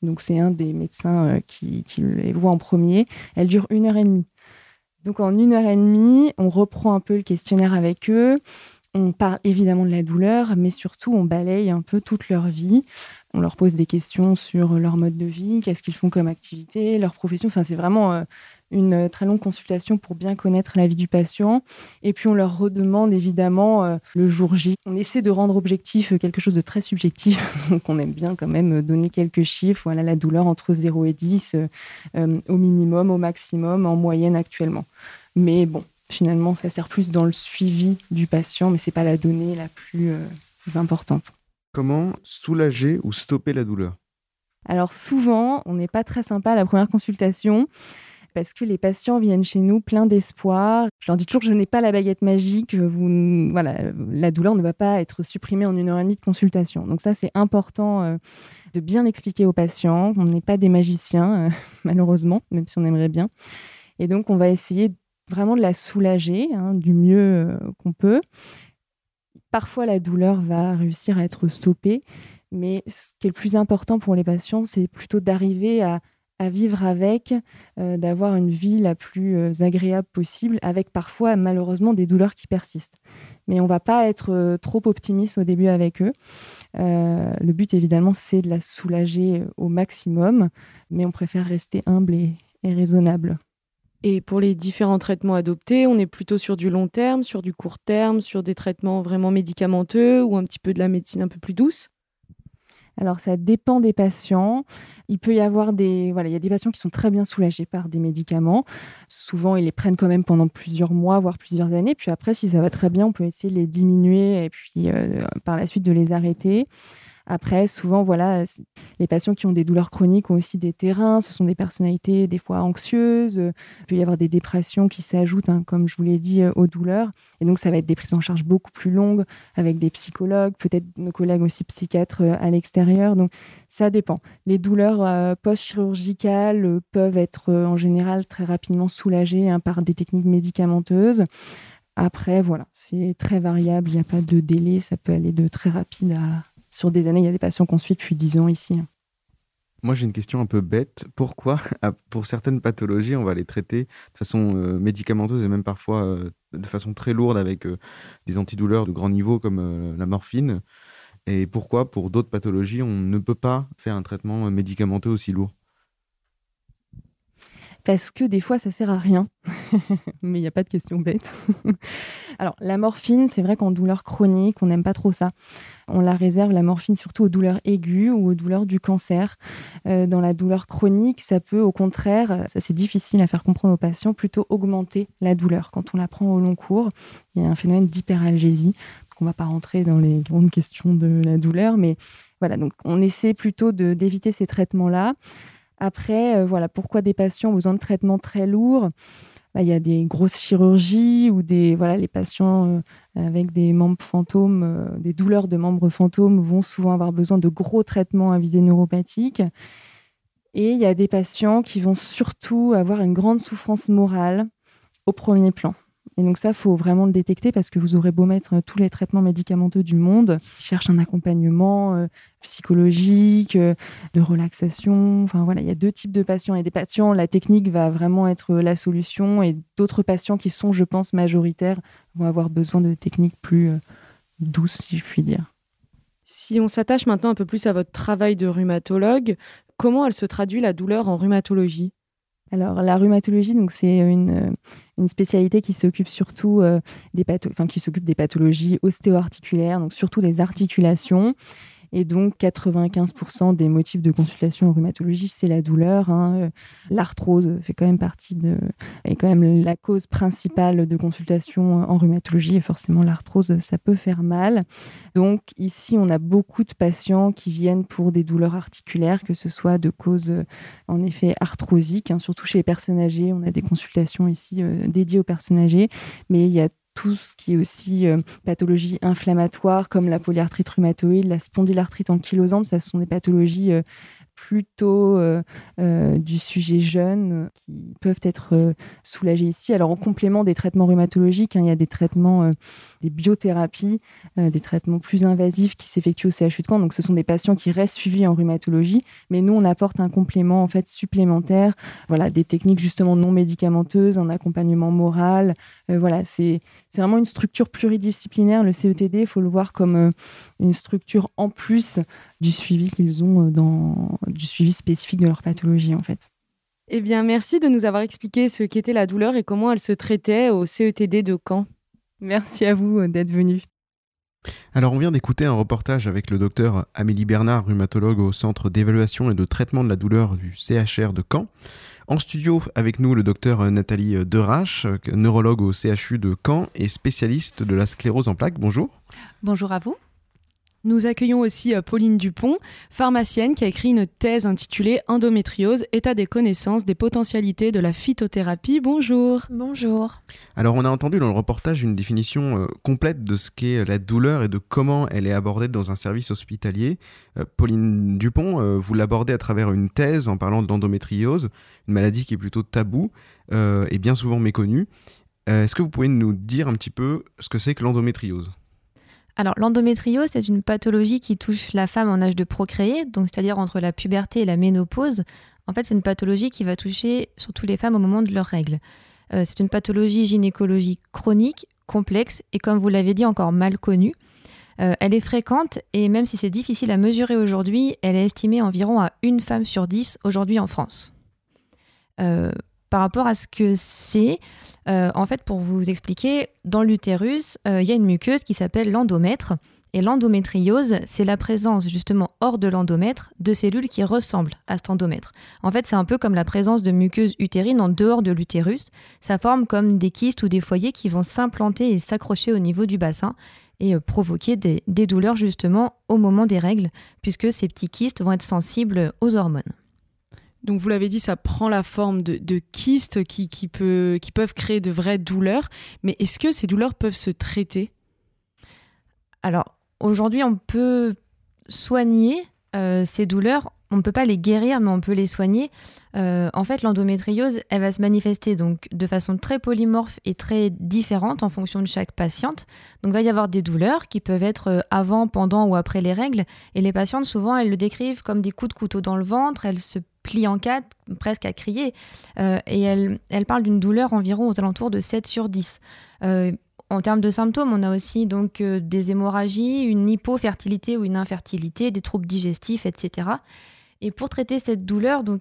[SPEAKER 15] Donc c'est un des médecins qui les voit en premier. Elle dure 1h30. Donc en 1h30, on reprend un peu le questionnaire avec eux. On parle évidemment de la douleur, mais surtout on balaye un peu toute leur vie. On leur pose des questions sur leur mode de vie, qu'est-ce qu'ils font comme activité, leur profession. Enfin, c'est vraiment une très longue consultation pour bien connaître la vie du patient. Et puis on leur redemande évidemment le jour J. On essaie de rendre objectif quelque chose de très subjectif. Donc on aime bien quand même donner quelques chiffres. Voilà, la douleur entre 0 et 10 au minimum, au maximum, en moyenne actuellement. Mais bon, finalement, ça sert plus dans le suivi du patient, mais ce n'est pas la donnée la plus importante.
[SPEAKER 13] Comment soulager ou stopper la douleur ?
[SPEAKER 15] Alors souvent, on n'est pas très sympa à la première consultation parce que les patients viennent chez nous pleins d'espoir. Je leur dis toujours que je n'ai pas la baguette magique. Voilà, la douleur ne va pas être supprimée en 1h30 de consultation. Donc ça, c'est important de bien l'expliquer aux patients. On n'est pas des magiciens, malheureusement, même si on aimerait bien. Et donc, on va essayer vraiment de la soulager du mieux qu'on peut. Parfois, la douleur va réussir à être stoppée, mais ce qui est le plus important pour les patients, c'est plutôt d'arriver à vivre avec, d'avoir une vie la plus agréable possible, avec parfois, malheureusement, des douleurs qui persistent. Mais on ne va pas être trop optimiste au début avec eux. Le but, évidemment, c'est de la soulager au maximum, mais on préfère rester humble et raisonnable.
[SPEAKER 14] Et pour les différents traitements adoptés, on est plutôt sur du long terme, sur du court terme, sur des traitements vraiment médicamenteux ou un petit peu de la médecine un peu plus douce ?
[SPEAKER 15] Alors, ça dépend des patients. Il peut y avoir il y a des patients qui sont très bien soulagés par des médicaments. Souvent, ils les prennent quand même pendant plusieurs mois, voire plusieurs années. Puis après, si ça va très bien, on peut essayer de les diminuer et puis par la suite de les arrêter. Après, souvent, les patients qui ont des douleurs chroniques ont aussi des terrains. Ce sont des personnalités des fois anxieuses. Il peut y avoir des dépressions qui s'ajoutent, comme je vous l'ai dit, aux douleurs. Et donc, ça va être des prises en charge beaucoup plus longues avec des psychologues, peut-être nos collègues aussi psychiatres à l'extérieur. Donc, ça dépend. Les douleurs post-chirurgicales peuvent être en général très rapidement soulagées par des techniques médicamenteuses. Après, c'est très variable. Il n'y a pas de délai. Ça peut aller de très rapide à... Sur des années, il y a des patients qu'on suit depuis 10 ans ici.
[SPEAKER 13] Moi, j'ai une question un peu bête. Pourquoi, pour certaines pathologies, on va les traiter de façon médicamenteuse et même parfois de façon très lourde avec des antidouleurs de grand niveau comme la morphine ? Et pourquoi, pour d'autres pathologies, on ne peut pas faire un traitement médicamenteux aussi lourd ?
[SPEAKER 15] Parce que des fois, ça sert à rien. Mais il n'y a pas de question bête. Alors, la morphine, c'est vrai qu'en douleur chronique, on n'aime pas trop ça. On la réserve, la morphine, surtout aux douleurs aiguës ou aux douleurs du cancer. Dans la douleur chronique, ça peut, au contraire, ça c'est difficile à faire comprendre aux patients, plutôt augmenter la douleur. Quand on la prend au long cours, il y a un phénomène d'hyperalgésie. On ne va pas rentrer dans les grandes questions de la douleur, mais voilà, donc on essaie plutôt d'éviter ces traitements-là. Après, pourquoi des patients ont besoin de traitements très lourds ? Il y a des grosses chirurgies ou les patients avec des membres fantômes, des douleurs de membres fantômes vont souvent avoir besoin de gros traitements à visée neuropathique. Et il y a des patients qui vont surtout avoir une grande souffrance morale au premier plan. Et donc ça, il faut vraiment le détecter parce que vous aurez beau mettre tous les traitements médicamenteux du monde, ils cherchent un accompagnement psychologique, de relaxation. Enfin voilà, il y a deux types de patients. Il y a des patients, la technique va vraiment être la solution et d'autres patients qui sont, je pense, majoritaires, vont avoir besoin de techniques plus douces, si je puis dire.
[SPEAKER 14] Si on s'attache maintenant un peu plus à votre travail de rhumatologue, comment elle se traduit la douleur en rhumatologie ?
[SPEAKER 15] Alors, la rhumatologie, donc, c'est une spécialité qui s'occupe surtout des pathologies ostéo-articulaires, donc surtout des articulations. Et donc, 95% des motifs de consultation en rhumatologie, c'est la douleur. L'arthrose fait quand même est quand même la cause principale de consultation en rhumatologie. Et forcément, l'arthrose, ça peut faire mal. Donc, ici, on a beaucoup de patients qui viennent pour des douleurs articulaires, que ce soit de cause, en effet, arthrosique. Surtout chez les personnes âgées, on a des consultations ici dédiées aux personnes âgées. Mais il y a tout ce qui est aussi pathologie inflammatoire, comme la polyarthrite rhumatoïde, la spondylarthrite ankylosante, ça ce sont des pathologies plutôt du sujet jeune qui peuvent être soulagés ici. Alors en complément des traitements rhumatologiques, il y a des traitements, des biothérapies, des traitements plus invasifs qui s'effectuent au CHU de Caen. Donc ce sont des patients qui restent suivis en rhumatologie, mais nous on apporte un complément en fait supplémentaire, voilà, des techniques justement non médicamenteuses, un accompagnement moral. Voilà, c'est vraiment une structure pluridisciplinaire. Le CETD, il faut le voir comme une structure en plus du suivi qu'ils ont du suivi spécifique de leur pathologie en fait.
[SPEAKER 14] Eh bien, merci de nous avoir expliqué ce qu'était la douleur et comment elle se traitait au CETD de Caen.
[SPEAKER 15] Merci à vous d'être venus.
[SPEAKER 13] Alors, on vient d'écouter un reportage avec le docteur Amélie Bernard, rhumatologue au Centre d'évaluation et de traitement de la douleur du CHR de Caen. En studio, avec nous, le docteur Nathalie Derache, neurologue au CHU de Caen et spécialiste de la sclérose en plaques. Bonjour.
[SPEAKER 16] Bonjour à vous.
[SPEAKER 14] Nous accueillons aussi Pauline Dupont, pharmacienne qui a écrit une thèse intitulée « Endométriose, état des connaissances des potentialités de la phytothérapie ». Bonjour.
[SPEAKER 16] Bonjour.
[SPEAKER 13] Alors, on a entendu dans le reportage une définition complète de ce qu'est la douleur et de comment elle est abordée dans un service hospitalier. Pauline Dupont, vous l'abordez à travers une thèse en parlant de l'endométriose, une maladie qui est plutôt taboue et bien souvent méconnue. Est-ce que vous pouvez nous dire un petit peu ce que c'est que l'endométriose ?
[SPEAKER 16] Alors, l'endométriose, c'est une pathologie qui touche la femme en âge de procréer, donc c'est-à-dire entre la puberté et la ménopause. En fait, c'est une pathologie qui va toucher surtout les femmes au moment de leurs règles. C'est une pathologie gynécologique chronique, complexe et, comme vous l'avez dit, encore mal connue. Elle est fréquente et même si c'est difficile à mesurer aujourd'hui, elle est estimée environ à 1 femme sur 10 aujourd'hui en France. Par rapport à ce que c'est, en fait, pour vous expliquer, dans l'utérus, il y a une muqueuse qui s'appelle l'endomètre. Et l'endométriose, c'est la présence, justement, hors de l'endomètre, de cellules qui ressemblent à cet endomètre. En fait, c'est un peu comme la présence de muqueuses utérines en dehors de l'utérus. Ça forme comme des kystes ou des foyers qui vont s'implanter et s'accrocher au niveau du bassin et provoquer des douleurs, justement, au moment des règles, puisque ces petits kystes vont être sensibles aux hormones.
[SPEAKER 14] Donc vous l'avez dit, ça prend la forme de kystes qui peuvent créer de vraies douleurs. Mais est-ce que ces douleurs peuvent se traiter ?
[SPEAKER 16] Alors aujourd'hui, on peut soigner ces douleurs. On ne peut pas les guérir, mais on peut les soigner. En fait, l'endométriose, elle va se manifester donc, de façon très polymorphe et très différente en fonction de chaque patiente. Donc il va y avoir des douleurs qui peuvent être avant, pendant ou après les règles. Et les patientes, souvent, elles le décrivent comme des coups de couteau dans le ventre. Elles se plient en quatre, presque à crier. Et elles parlent d'une douleur environ aux alentours de 7 sur 10. En termes de symptômes, on a aussi donc, des hémorragies, une hypofertilité ou une infertilité, des troubles digestifs, etc. Et pour traiter cette douleur, donc,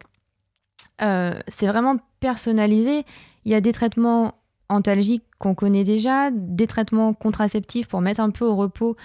[SPEAKER 16] c'est vraiment personnalisé. Il y a des traitements antalgiques qu'on connaît déjà, des traitements contraceptifs pour mettre un peu au repos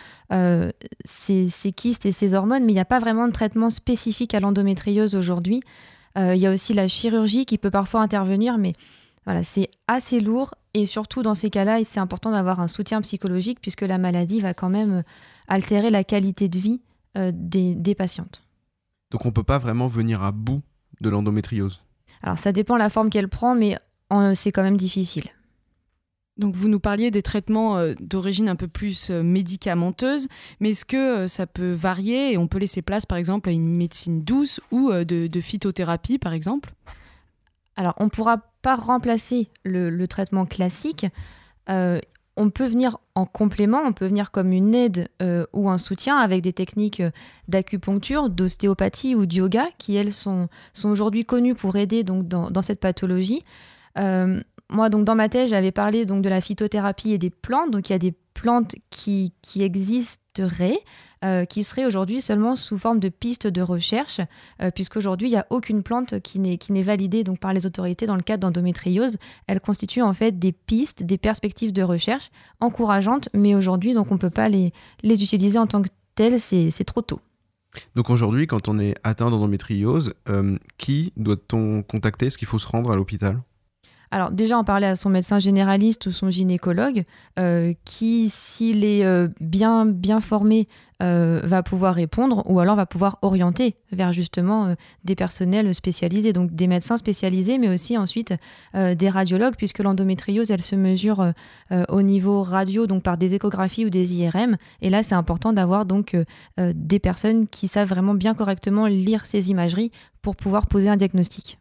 [SPEAKER 16] ces kystes et ces hormones, mais il n'y a pas vraiment de traitement spécifique à l'endométriose aujourd'hui. Il y a aussi la chirurgie qui peut parfois intervenir, mais voilà, c'est assez lourd et surtout dans ces cas-là, c'est important d'avoir un soutien psychologique puisque la maladie va quand même altérer la qualité de vie des patientes.
[SPEAKER 13] Donc on ne peut pas vraiment venir à bout de l'endométriose ?
[SPEAKER 16] Alors ça dépend de la forme qu'elle prend, mais c'est quand même difficile.
[SPEAKER 14] Donc vous nous parliez des traitements d'origine un peu plus médicamenteuse, mais est-ce que ça peut varier et on peut laisser place par exemple à une médecine douce ou de phytothérapie par exemple ?
[SPEAKER 16] Alors on ne pourra pas remplacer le traitement classique. On peut venir en complément, on peut venir comme une aide ou un soutien avec des techniques d'acupuncture, d'ostéopathie ou de yoga qui, elles, sont aujourd'hui connues pour aider donc, dans cette pathologie. Moi, donc, dans ma thèse, j'avais parlé donc, de la phytothérapie et des plantes. Donc, il y a des plantes qui existeraient, qui seraient aujourd'hui seulement sous forme de pistes de recherche, puisqu'aujourd'hui, il n'y a aucune plante qui n'est validée donc, par les autorités dans le cadre d'endométriose. Elle constitue en fait des pistes, des perspectives de recherche encourageantes, mais aujourd'hui, donc, on ne peut pas les utiliser en tant que telles, c'est trop tôt.
[SPEAKER 13] Donc aujourd'hui, quand on est atteint d'endométriose, qui doit-on contacter ? Est-ce qu'il faut se rendre à l'hôpital ?
[SPEAKER 16] Alors déjà, en parler à son médecin généraliste ou son gynécologue, qui, s'il est bien formé, va pouvoir répondre ou alors va pouvoir orienter vers justement des personnels spécialisés, donc des médecins spécialisés, mais aussi ensuite des radiologues, puisque l'endométriose, elle se mesure au niveau radio, donc par des échographies ou des IRM. Et là, c'est important d'avoir donc des personnes qui savent vraiment bien correctement lire ces imageries pour pouvoir poser un diagnostic.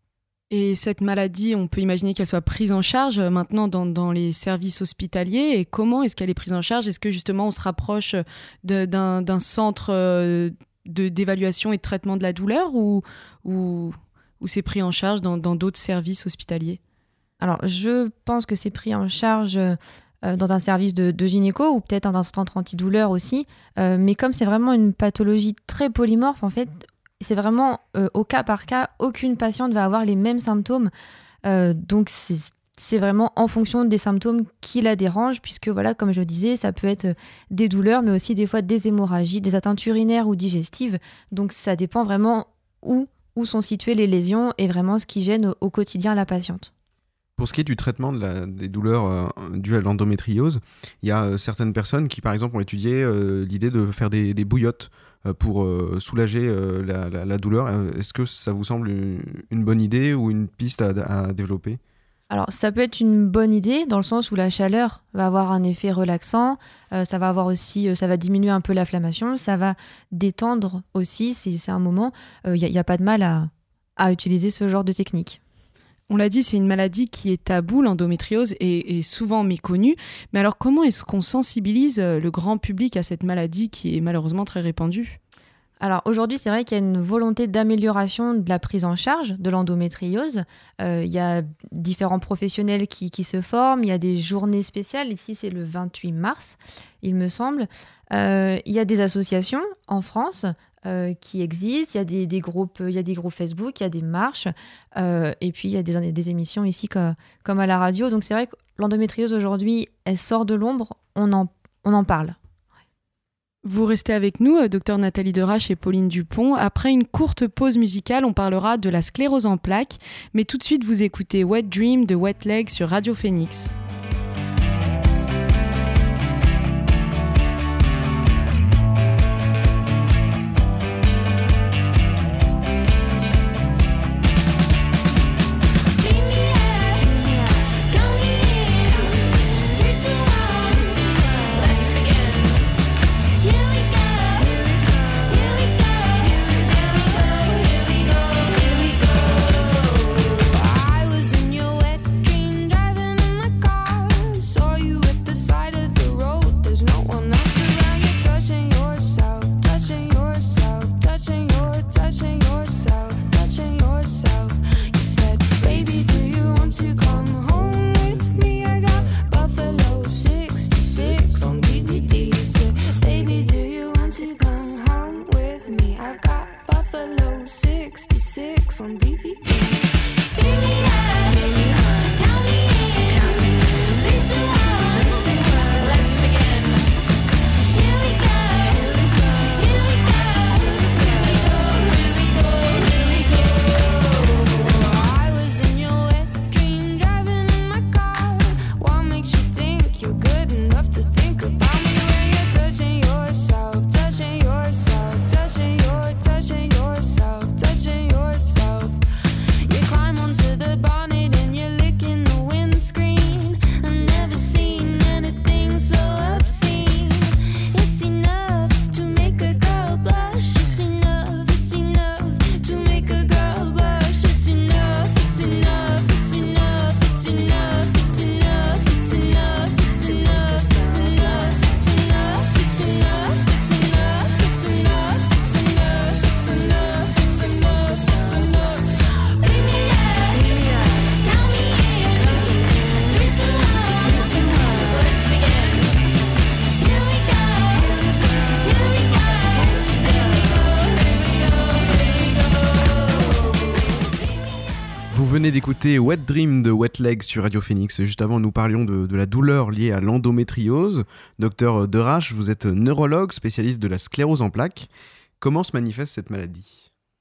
[SPEAKER 14] Et cette maladie, on peut imaginer qu'elle soit prise en charge maintenant dans les services hospitaliers. Et comment est-ce qu'elle est prise en charge ? Est-ce que justement on se rapproche d'un centre d'évaluation et de traitement de la douleur ou c'est pris en charge dans d'autres services hospitaliers ?
[SPEAKER 16] Alors, je pense que c'est pris en charge dans un service de gynéco ou peut-être dans un centre antidouleur aussi. Mais comme c'est vraiment une pathologie très polymorphe, en fait, c'est vraiment au cas par cas, aucune patiente va avoir les mêmes symptômes. Donc, c'est vraiment en fonction des symptômes qui la dérangent, puisque voilà, comme je le disais, ça peut être des douleurs, mais aussi des fois des hémorragies, des atteintes urinaires ou digestives. Donc, ça dépend vraiment où sont situées les lésions et vraiment ce qui gêne au quotidien la patiente.
[SPEAKER 13] Pour ce qui est du traitement des douleurs dues à l'endométriose, il y a certaines personnes qui, par exemple, ont étudié l'idée de faire des bouillottes pour soulager la douleur. Est-ce que ça vous semble une bonne idée ou une piste à développer ?
[SPEAKER 16] Alors, ça peut être une bonne idée dans le sens où la chaleur va avoir un effet relaxant, ça va avoir aussi, ça va diminuer un peu l'inflammation, ça va détendre aussi, c'est un moment, il n'y a pas de mal à utiliser ce genre de technique.
[SPEAKER 14] On l'a dit, c'est une maladie qui est taboue, l'endométriose est souvent méconnue. Mais alors, comment est-ce qu'on sensibilise le grand public à cette maladie qui est malheureusement très répandue ?
[SPEAKER 16] Alors aujourd'hui, c'est vrai qu'il y a une volonté d'amélioration de la prise en charge de l'endométriose. Il y a différents professionnels qui se forment, il y a des journées spéciales. Ici, c'est le 28 mars, il me semble. Il y a des associations en France qui existent, il y a des groupes Facebook, il y a des marches, et puis il y a des émissions ici comme à la radio. Donc c'est vrai que l'endométriose aujourd'hui, elle sort de l'ombre, on en parle.
[SPEAKER 14] Vous restez avec nous, docteur Nathalie Derache et Pauline Dupont. Après une courte pause musicale, on parlera de la sclérose en plaques. Mais tout de suite, vous écoutez Wet Dream de Wet Leg sur Radio Phoenix.
[SPEAKER 13] D'écouter Wet Dream de Wet Leg sur Radio Phoenix. Juste avant, nous parlions de la douleur liée à l'endométriose. Docteur Derache, vous êtes neurologue, spécialiste de la sclérose en plaques. Comment se manifeste cette maladie ?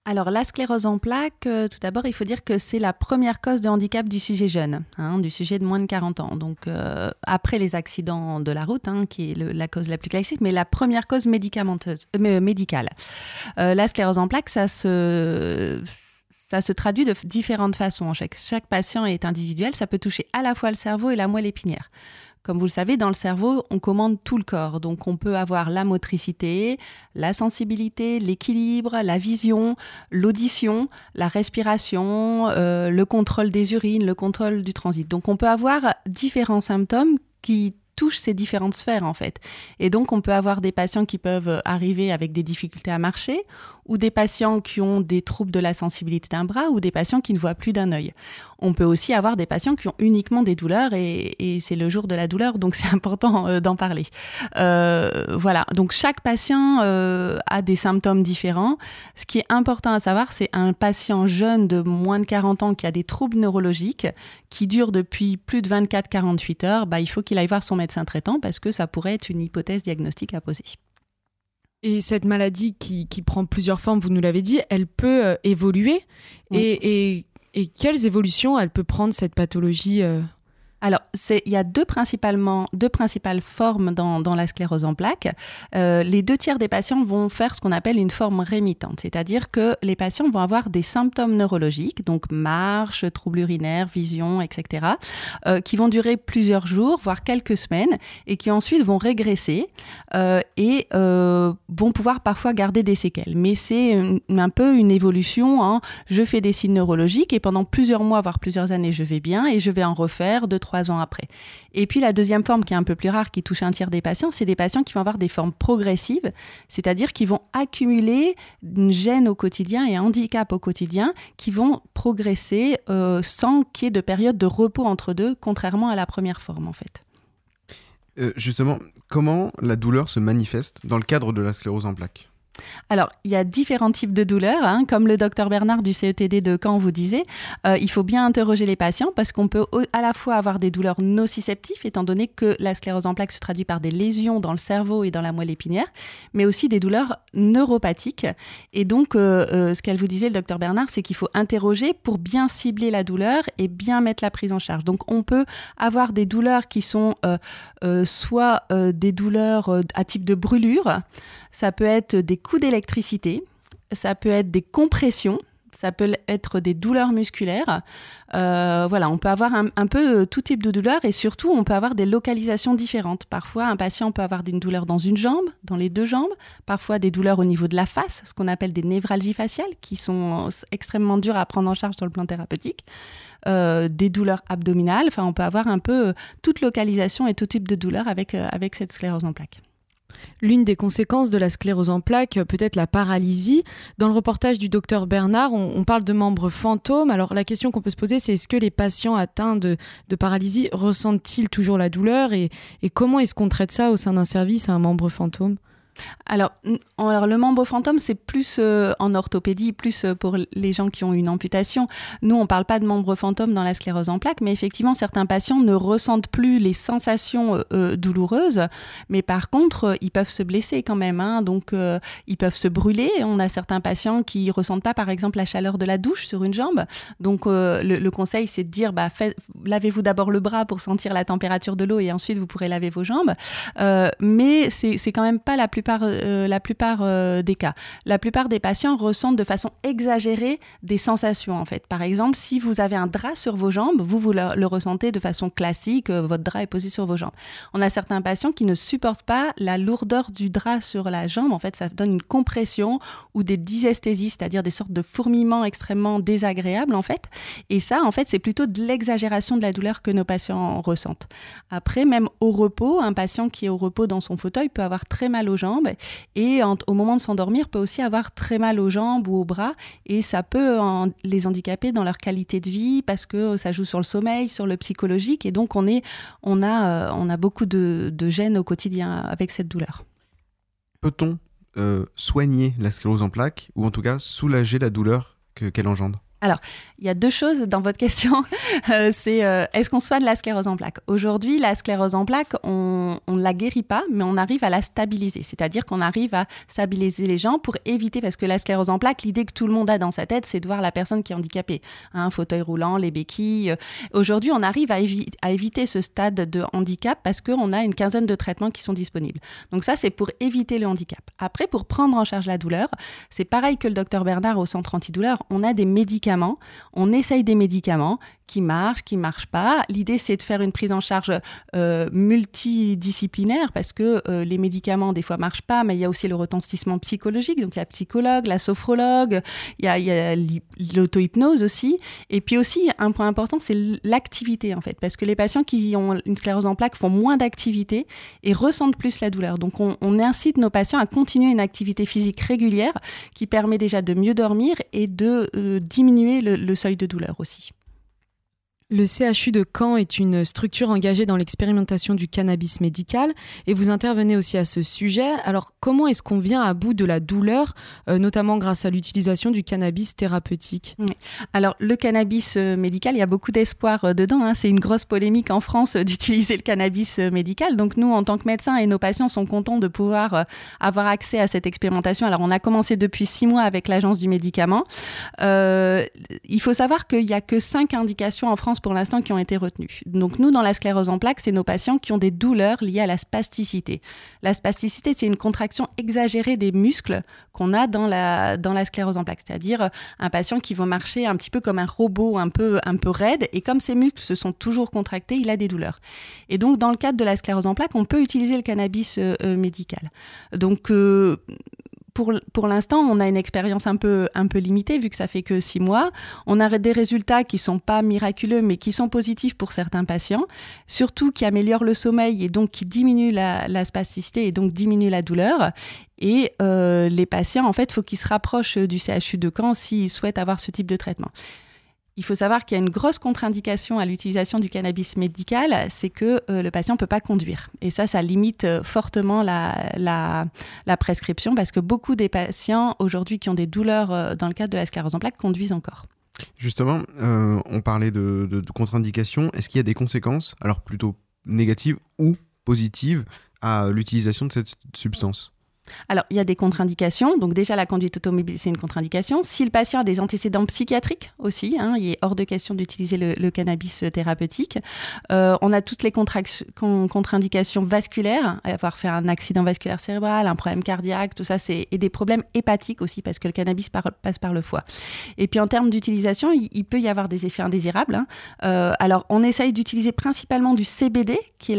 [SPEAKER 17] Alors, la sclérose en plaques, tout d'abord, il faut dire que c'est la première cause de handicap du sujet jeune, du sujet de moins de 40 ans. Donc, après les accidents de la route, qui est la cause la plus classique, mais la première cause médicale. La sclérose en plaques, ça se traduit de différentes façons. Chaque patient est individuel. Ça peut toucher à la fois le cerveau et la moelle épinière. Comme vous le savez, dans le cerveau, on commande tout le corps. Donc, on peut avoir la motricité, la sensibilité, l'équilibre, la vision, l'audition, la respiration, le contrôle des urines, le contrôle du transit. Donc, on peut avoir différents symptômes qui touchent ces différentes sphères, en fait. Et donc, on peut avoir des patients qui peuvent arriver avec des difficultés à marcher, ou des patients qui ont des troubles de la sensibilité d'un bras, ou des patients qui ne voient plus d'un œil. On peut aussi avoir des patients qui ont uniquement des douleurs, et c'est le jour de la douleur, donc c'est important d'en parler. Voilà, donc chaque patient a des symptômes différents. Ce qui est important à savoir, c'est un patient jeune de moins de 40 ans qui a des troubles neurologiques, qui durent depuis plus de 24-48 heures, il faut qu'il aille voir son médecin traitant, parce que ça pourrait être une hypothèse diagnostique à poser.
[SPEAKER 14] Et cette maladie qui prend plusieurs formes, vous nous l'avez dit, elle peut évoluer. Oui. Et quelles évolutions elle peut prendre, cette pathologie
[SPEAKER 17] Alors, il y a deux principales formes dans la sclérose en plaques. Les 2 tiers des patients vont faire ce qu'on appelle une forme rémitante, c'est-à-dire que les patients vont avoir des symptômes neurologiques, donc marche, troubles urinaires, vision, etc., qui vont durer plusieurs jours, voire quelques semaines, et qui ensuite vont régresser et vont pouvoir parfois garder des séquelles. Mais c'est un peu une évolution. Je fais des signes neurologiques et pendant plusieurs mois, voire plusieurs années, je vais bien et je vais en refaire 2-3 ans après. Et puis la deuxième forme, qui est un peu plus rare, qui touche 1/3 des patients, c'est des patients qui vont avoir des formes progressives, c'est-à-dire qui vont accumuler une gêne au quotidien et un handicap au quotidien, qui vont progresser sans qu'il y ait de période de repos entre deux, contrairement à la première forme en fait.
[SPEAKER 13] Justement, comment la douleur se manifeste dans le cadre de la sclérose en plaques ?
[SPEAKER 17] Alors, il y a différents types de douleurs, comme le docteur Bernard du CETD de Caen vous disait. Il faut bien interroger les patients parce qu'on peut à la fois avoir des douleurs nociceptives, étant donné que la sclérose en plaques se traduit par des lésions dans le cerveau et dans la moelle épinière, mais aussi des douleurs neuropathiques. Et donc, ce qu'elle vous disait, le docteur Bernard, c'est qu'il faut interroger pour bien cibler la douleur et bien mettre la prise en charge. Donc, on peut avoir des douleurs qui sont soit des douleurs à type de brûlure, ça peut être des coups d'électricité, ça peut être des compressions, ça peut être des douleurs musculaires. Voilà, on peut avoir un peu tout type de douleur et surtout, on peut avoir des localisations différentes. Parfois, un patient peut avoir une douleur dans une jambe, dans les 2 jambes, parfois des douleurs au niveau de la face, ce qu'on appelle des névralgies faciales, qui sont extrêmement dures à prendre en charge sur le plan thérapeutique. Des douleurs abdominales, enfin, on peut avoir un peu toute localisation et tout type de douleur avec cette sclérose en plaques.
[SPEAKER 14] L'une des conséquences de la sclérose en plaques, peut-être la paralysie. Dans le reportage du docteur Bernard, on parle de membres fantômes. Alors la question qu'on peut se poser, c'est est-ce que les patients atteints de paralysie ressentent-ils toujours la douleur et comment est-ce qu'on traite ça au sein d'un service à un membre fantôme ?
[SPEAKER 17] Alors, le membre fantôme, c'est plus en orthopédie, plus pour les gens qui ont une amputation. Nous, on ne parle pas de membre fantôme dans la sclérose en plaques, mais effectivement, certains patients ne ressentent plus les sensations douloureuses, mais par contre, ils peuvent se blesser quand même. Donc, ils peuvent se brûler. On a certains patients qui ne ressentent pas, par exemple, la chaleur de la douche sur une jambe. Donc, le conseil, c'est de dire, lavez-vous d'abord le bras pour sentir la température de l'eau et ensuite, vous pourrez laver vos jambes. Mais c'est quand même pas la plupart des cas. La plupart des patients ressentent de façon exagérée des sensations en fait. Par exemple, si vous avez un drap sur vos jambes, vous le ressentez de façon classique, votre drap est posé sur vos jambes. On a certains patients qui ne supportent pas la lourdeur du drap sur la jambe. En fait, ça donne une compression ou des dysesthésies, c'est-à-dire des sortes de fourmillements extrêmement désagréables en fait. Et ça, en fait, c'est plutôt de l'exagération de la douleur que nos patients ressentent. Après, même au repos, un patient qui est au repos dans son fauteuil peut avoir très mal aux jambes et au moment de s'endormir peut aussi avoir très mal aux jambes ou aux bras et ça peut les handicaper dans leur qualité de vie parce que ça joue sur le sommeil, sur le psychologique et donc on a beaucoup de gêne au quotidien avec cette douleur.
[SPEAKER 13] Peut-on soigner la sclérose en plaques ou en tout cas soulager la douleur qu'elle engendre ?
[SPEAKER 17] Alors, il y a 2 choses dans votre question. C'est est-ce qu'on soigne la sclérose en plaques ? Aujourd'hui, la sclérose en plaques, on on ne la guérit pas, mais on arrive à la stabiliser. C'est-à-dire qu'on arrive à stabiliser les gens pour éviter, parce que la sclérose en plaques, l'idée que tout le monde a dans sa tête, c'est de voir la personne qui est handicapée. Fauteuil roulant, les béquilles. Aujourd'hui, on arrive à éviter ce stade de handicap parce qu'on a une quinzaine de traitements qui sont disponibles. Donc ça, c'est pour éviter le handicap. Après, pour prendre en charge la douleur, c'est pareil que le docteur Bernard au centre antidouleur. On a des médicaments, on essaye des médicaments qui marchent pas. L'idée, c'est de faire une prise en charge multidisciplinaire parce que les médicaments, des fois, marchent pas, mais il y a aussi le retentissement psychologique. Donc, il y a le psychologue, la sophrologue, il y a l'auto-hypnose aussi. Et puis aussi, un point important, c'est l'activité, en fait, parce que les patients qui ont une sclérose en plaques font moins d'activité et ressentent plus la douleur. Donc, on incite nos patients à continuer une activité physique régulière qui permet déjà de mieux dormir et de diminuer le seuil de douleur aussi.
[SPEAKER 14] Le CHU de Caen est une structure engagée dans l'expérimentation du cannabis médical et vous intervenez aussi à ce sujet. Alors, comment est-ce qu'on vient à bout de la douleur, notamment grâce à l'utilisation du cannabis thérapeutique ?
[SPEAKER 17] Oui. Alors, le cannabis médical, il y a beaucoup d'espoir dedans. C'est une grosse polémique en France d'utiliser le cannabis médical. Donc, nous, en tant que médecins et nos patients sont contents de pouvoir avoir accès à cette expérimentation. Alors, on a commencé depuis 6 mois avec l'Agence du médicament. Il faut savoir qu'il n'y a que 5 indications en France pour l'instant qui ont été retenues. Donc nous, dans la sclérose en plaques, c'est nos patients qui ont des douleurs liées à la spasticité. La spasticité, c'est une contraction exagérée des muscles qu'on a dans la sclérose en plaques, c'est-à-dire un patient qui va marcher un petit peu comme un robot, un peu raide, et comme ses muscles se sont toujours contractés, il a des douleurs. Et donc, dans le cadre de la sclérose en plaques, on peut utiliser le cannabis médical. Donc, pour l'instant, on a une expérience un peu limitée, vu que ça fait que 6 mois. On a des résultats qui ne sont pas miraculeux, mais qui sont positifs pour certains patients, surtout qui améliorent le sommeil et donc qui diminuent la spasticité et donc diminuent la douleur. Et les patients, en fait, il faut qu'ils se rapprochent du CHU de Caen s'ils souhaitent avoir ce type de traitement. Il faut savoir qu'il y a une grosse contre-indication à l'utilisation du cannabis médical, c'est que le patient ne peut pas conduire. Et ça limite fortement la prescription parce que beaucoup des patients aujourd'hui qui ont des douleurs dans le cadre de la sclérose en plaques conduisent encore.
[SPEAKER 13] Justement, on parlait de contre-indication. Est-ce qu'il y a des conséquences, alors plutôt négatives ou positives, à l'utilisation de cette substance ?
[SPEAKER 17] Alors, il y a des contre-indications. Donc déjà, la conduite automobile, c'est une contre-indication. Si le patient a des antécédents psychiatriques aussi, il est hors de question d'utiliser le cannabis thérapeutique. On a toutes les contre-indications vasculaires, avoir fait un accident vasculaire cérébral, un problème cardiaque, tout ça, et des problèmes hépatiques aussi, parce que le cannabis passe par le foie. Et puis, en termes d'utilisation, il peut y avoir des effets indésirables. Alors, on essaye d'utiliser principalement du CBD, qui est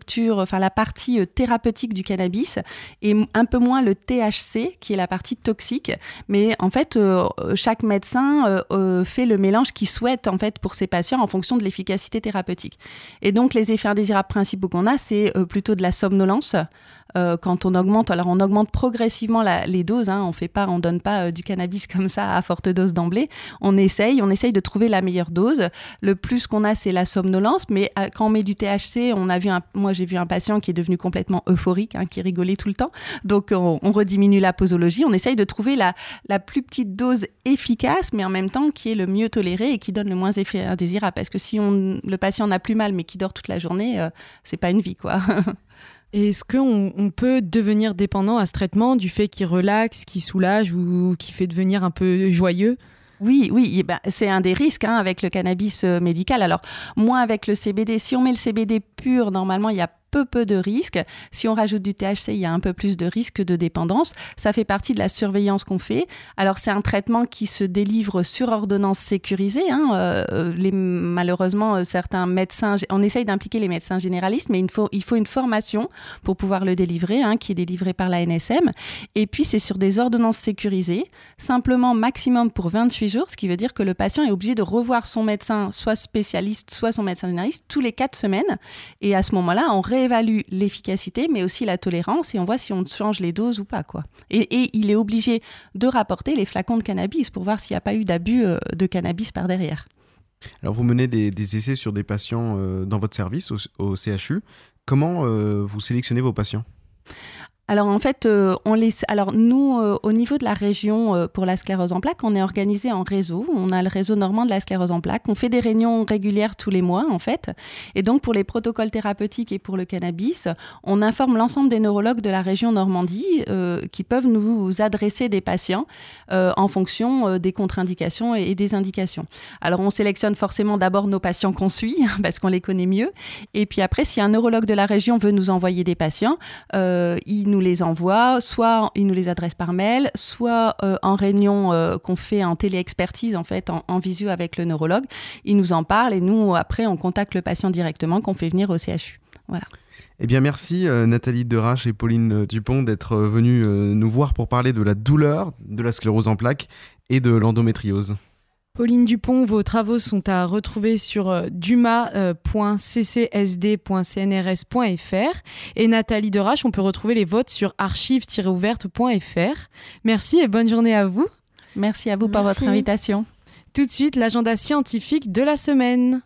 [SPEAKER 17] la partie thérapeutique du cannabis, et un peu moins le THC, qui est la partie toxique. Mais en fait, chaque médecin fait le mélange qu'il souhaite en fait, pour ses patients en fonction de l'efficacité thérapeutique. Et donc, les effets indésirables principaux qu'on a, c'est plutôt de la somnolence. Quand on augmente progressivement les doses. On donne pas du cannabis comme ça à forte dose d'emblée. On essaye de trouver la meilleure dose. Le plus qu'on a, c'est la somnolence. Mais quand on met du THC, moi j'ai vu un patient qui est devenu complètement euphorique, qui rigolait tout le temps. Donc on rediminue la posologie. On essaye de trouver la plus petite dose efficace, mais en même temps qui est le mieux toléré et qui donne le moins effet indésirable. Parce que si le patient n'a plus mal mais qui dort toute la journée, c'est pas une vie, quoi.
[SPEAKER 14] Et est-ce qu'on peut devenir dépendant à ce traitement du fait qu'il relaxe, qu'il soulage ou qu'il fait devenir un peu joyeux ?
[SPEAKER 17] Oui, c'est un des risques avec le cannabis médical. Alors, moins avec le CBD. Si on met le CBD pur, normalement, il y a peu de risques. Si on rajoute du THC, il y a un peu plus de risques de dépendance. Ça fait partie de la surveillance qu'on fait. Alors, c'est un traitement qui se délivre sur ordonnance sécurisée. Malheureusement, certains médecins... On essaye d'impliquer les médecins généralistes, mais il faut une formation pour pouvoir le délivrer, qui est délivrée par la NSM. Et puis, c'est sur des ordonnances sécurisées, simplement maximum pour 28 jours, ce qui veut dire que le patient est obligé de revoir son médecin, soit spécialiste, soit son médecin généraliste, tous les 4 semaines. Et à ce moment-là, on réévalue l'efficacité, mais aussi la tolérance, et on voit si on change les doses ou pas, quoi. Et il est obligé de rapporter les flacons de cannabis pour voir s'il n'y a pas eu d'abus de cannabis par derrière.
[SPEAKER 13] Alors, vous menez des essais sur des patients dans votre service au CHU. Comment vous sélectionnez vos patients ?
[SPEAKER 17] Alors en fait, nous, au niveau de la région pour la sclérose en plaques, on est organisé en réseau. On a le réseau normand de la sclérose en plaques. On fait des réunions régulières tous les mois en fait. Et donc pour les protocoles thérapeutiques et pour le cannabis, on informe l'ensemble des neurologues de la région Normandie qui peuvent nous adresser des patients en fonction des contre-indications et des indications. Alors on sélectionne forcément d'abord nos patients qu'on suit parce qu'on les connaît mieux. Et puis après, si un neurologue de la région veut nous envoyer des patients, il nous les envoie, soit il nous les adresse par mail, soit en réunion qu'on fait en téléexpertise, en fait, en visio avec le neurologue. Il nous en parle et nous, après, on contacte le patient directement, qu'on fait venir au CHU. Voilà.
[SPEAKER 13] Eh bien, merci Nathalie Derache et Pauline Dupont d'être venues nous voir pour parler de la douleur, de la sclérose en plaques et de l'endométriose.
[SPEAKER 14] Pauline Dupont, vos travaux sont à retrouver sur duma.ccsd.cnrs.fr et Nathalie Derache, on peut retrouver les votes sur archives-ouvertes.fr. Merci et bonne journée à vous.
[SPEAKER 17] Merci à vous pour votre invitation.
[SPEAKER 14] Tout de suite, l'agenda scientifique de la semaine.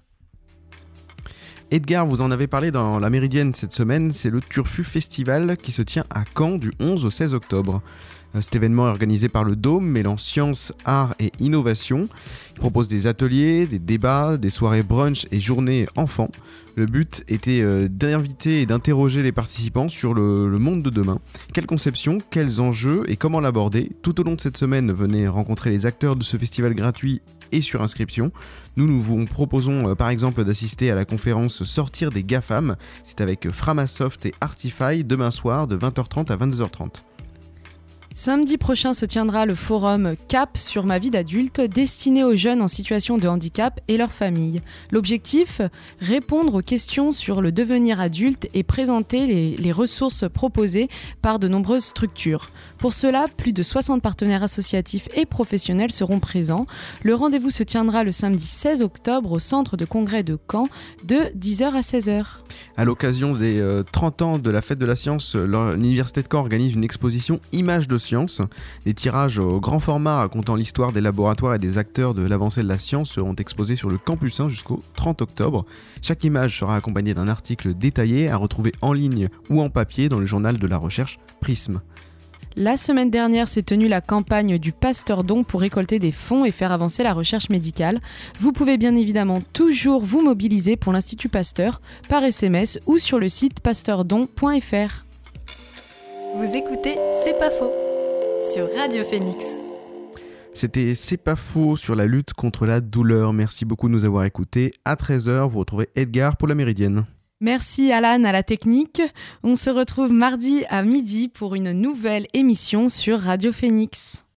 [SPEAKER 13] Edgar, vous en avez parlé dans La Méridienne cette semaine, c'est le Turfu Festival qui se tient à Caen du 11 au 16 octobre. Cet événement est organisé par le Dôme, mêlant science, art et innovation. Il propose des ateliers, des débats, des soirées brunch et journées enfants. Le but était d'inviter et d'interroger les participants sur le monde de demain. Quelles conceptions, quels enjeux et comment l'aborder ? Tout au long de cette semaine, venez rencontrer les acteurs de ce festival gratuit et sur inscription. Nous vous proposons par exemple d'assister à la conférence Sortir des GAFAM. C'est avec Framasoft et Artify demain soir de 20h30 à 22h30.
[SPEAKER 14] Samedi prochain se tiendra le forum CAP sur ma vie d'adulte destiné aux jeunes en situation de handicap et leurs familles. L'objectif, répondre aux questions sur le devenir adulte et présenter les ressources proposées par de nombreuses structures. Pour cela, plus de 60 partenaires associatifs et professionnels seront présents. Le rendez-vous se tiendra le samedi 16 octobre au centre de congrès de Caen de 10h à 16h.
[SPEAKER 13] À l'occasion des 30 ans de la fête de la science, l'Université de Caen organise une exposition Images de science. Des tirages au grand format racontant l'histoire des laboratoires et des acteurs de l'avancée de la science seront exposés sur le campus 1 jusqu'au 30 octobre. Chaque image sera accompagnée d'un article détaillé à retrouver en ligne ou en papier dans le journal de la recherche Prisme.
[SPEAKER 14] La semaine dernière s'est tenue la campagne du Pasteur Don pour récolter des fonds et faire avancer la recherche médicale. Vous pouvez bien évidemment toujours vous mobiliser pour l'Institut Pasteur par SMS ou sur le site pasteurdon.fr.
[SPEAKER 11] Vous écoutez C'est pas faux sur Radio Phoenix.
[SPEAKER 13] C'était C'est pas faux sur la lutte contre la douleur. Merci beaucoup de nous avoir écoutés. À 13h, vous retrouvez Edgar pour La Méridienne.
[SPEAKER 14] Merci Alan à la technique. On se retrouve mardi à midi pour une nouvelle émission sur Radio Phoenix.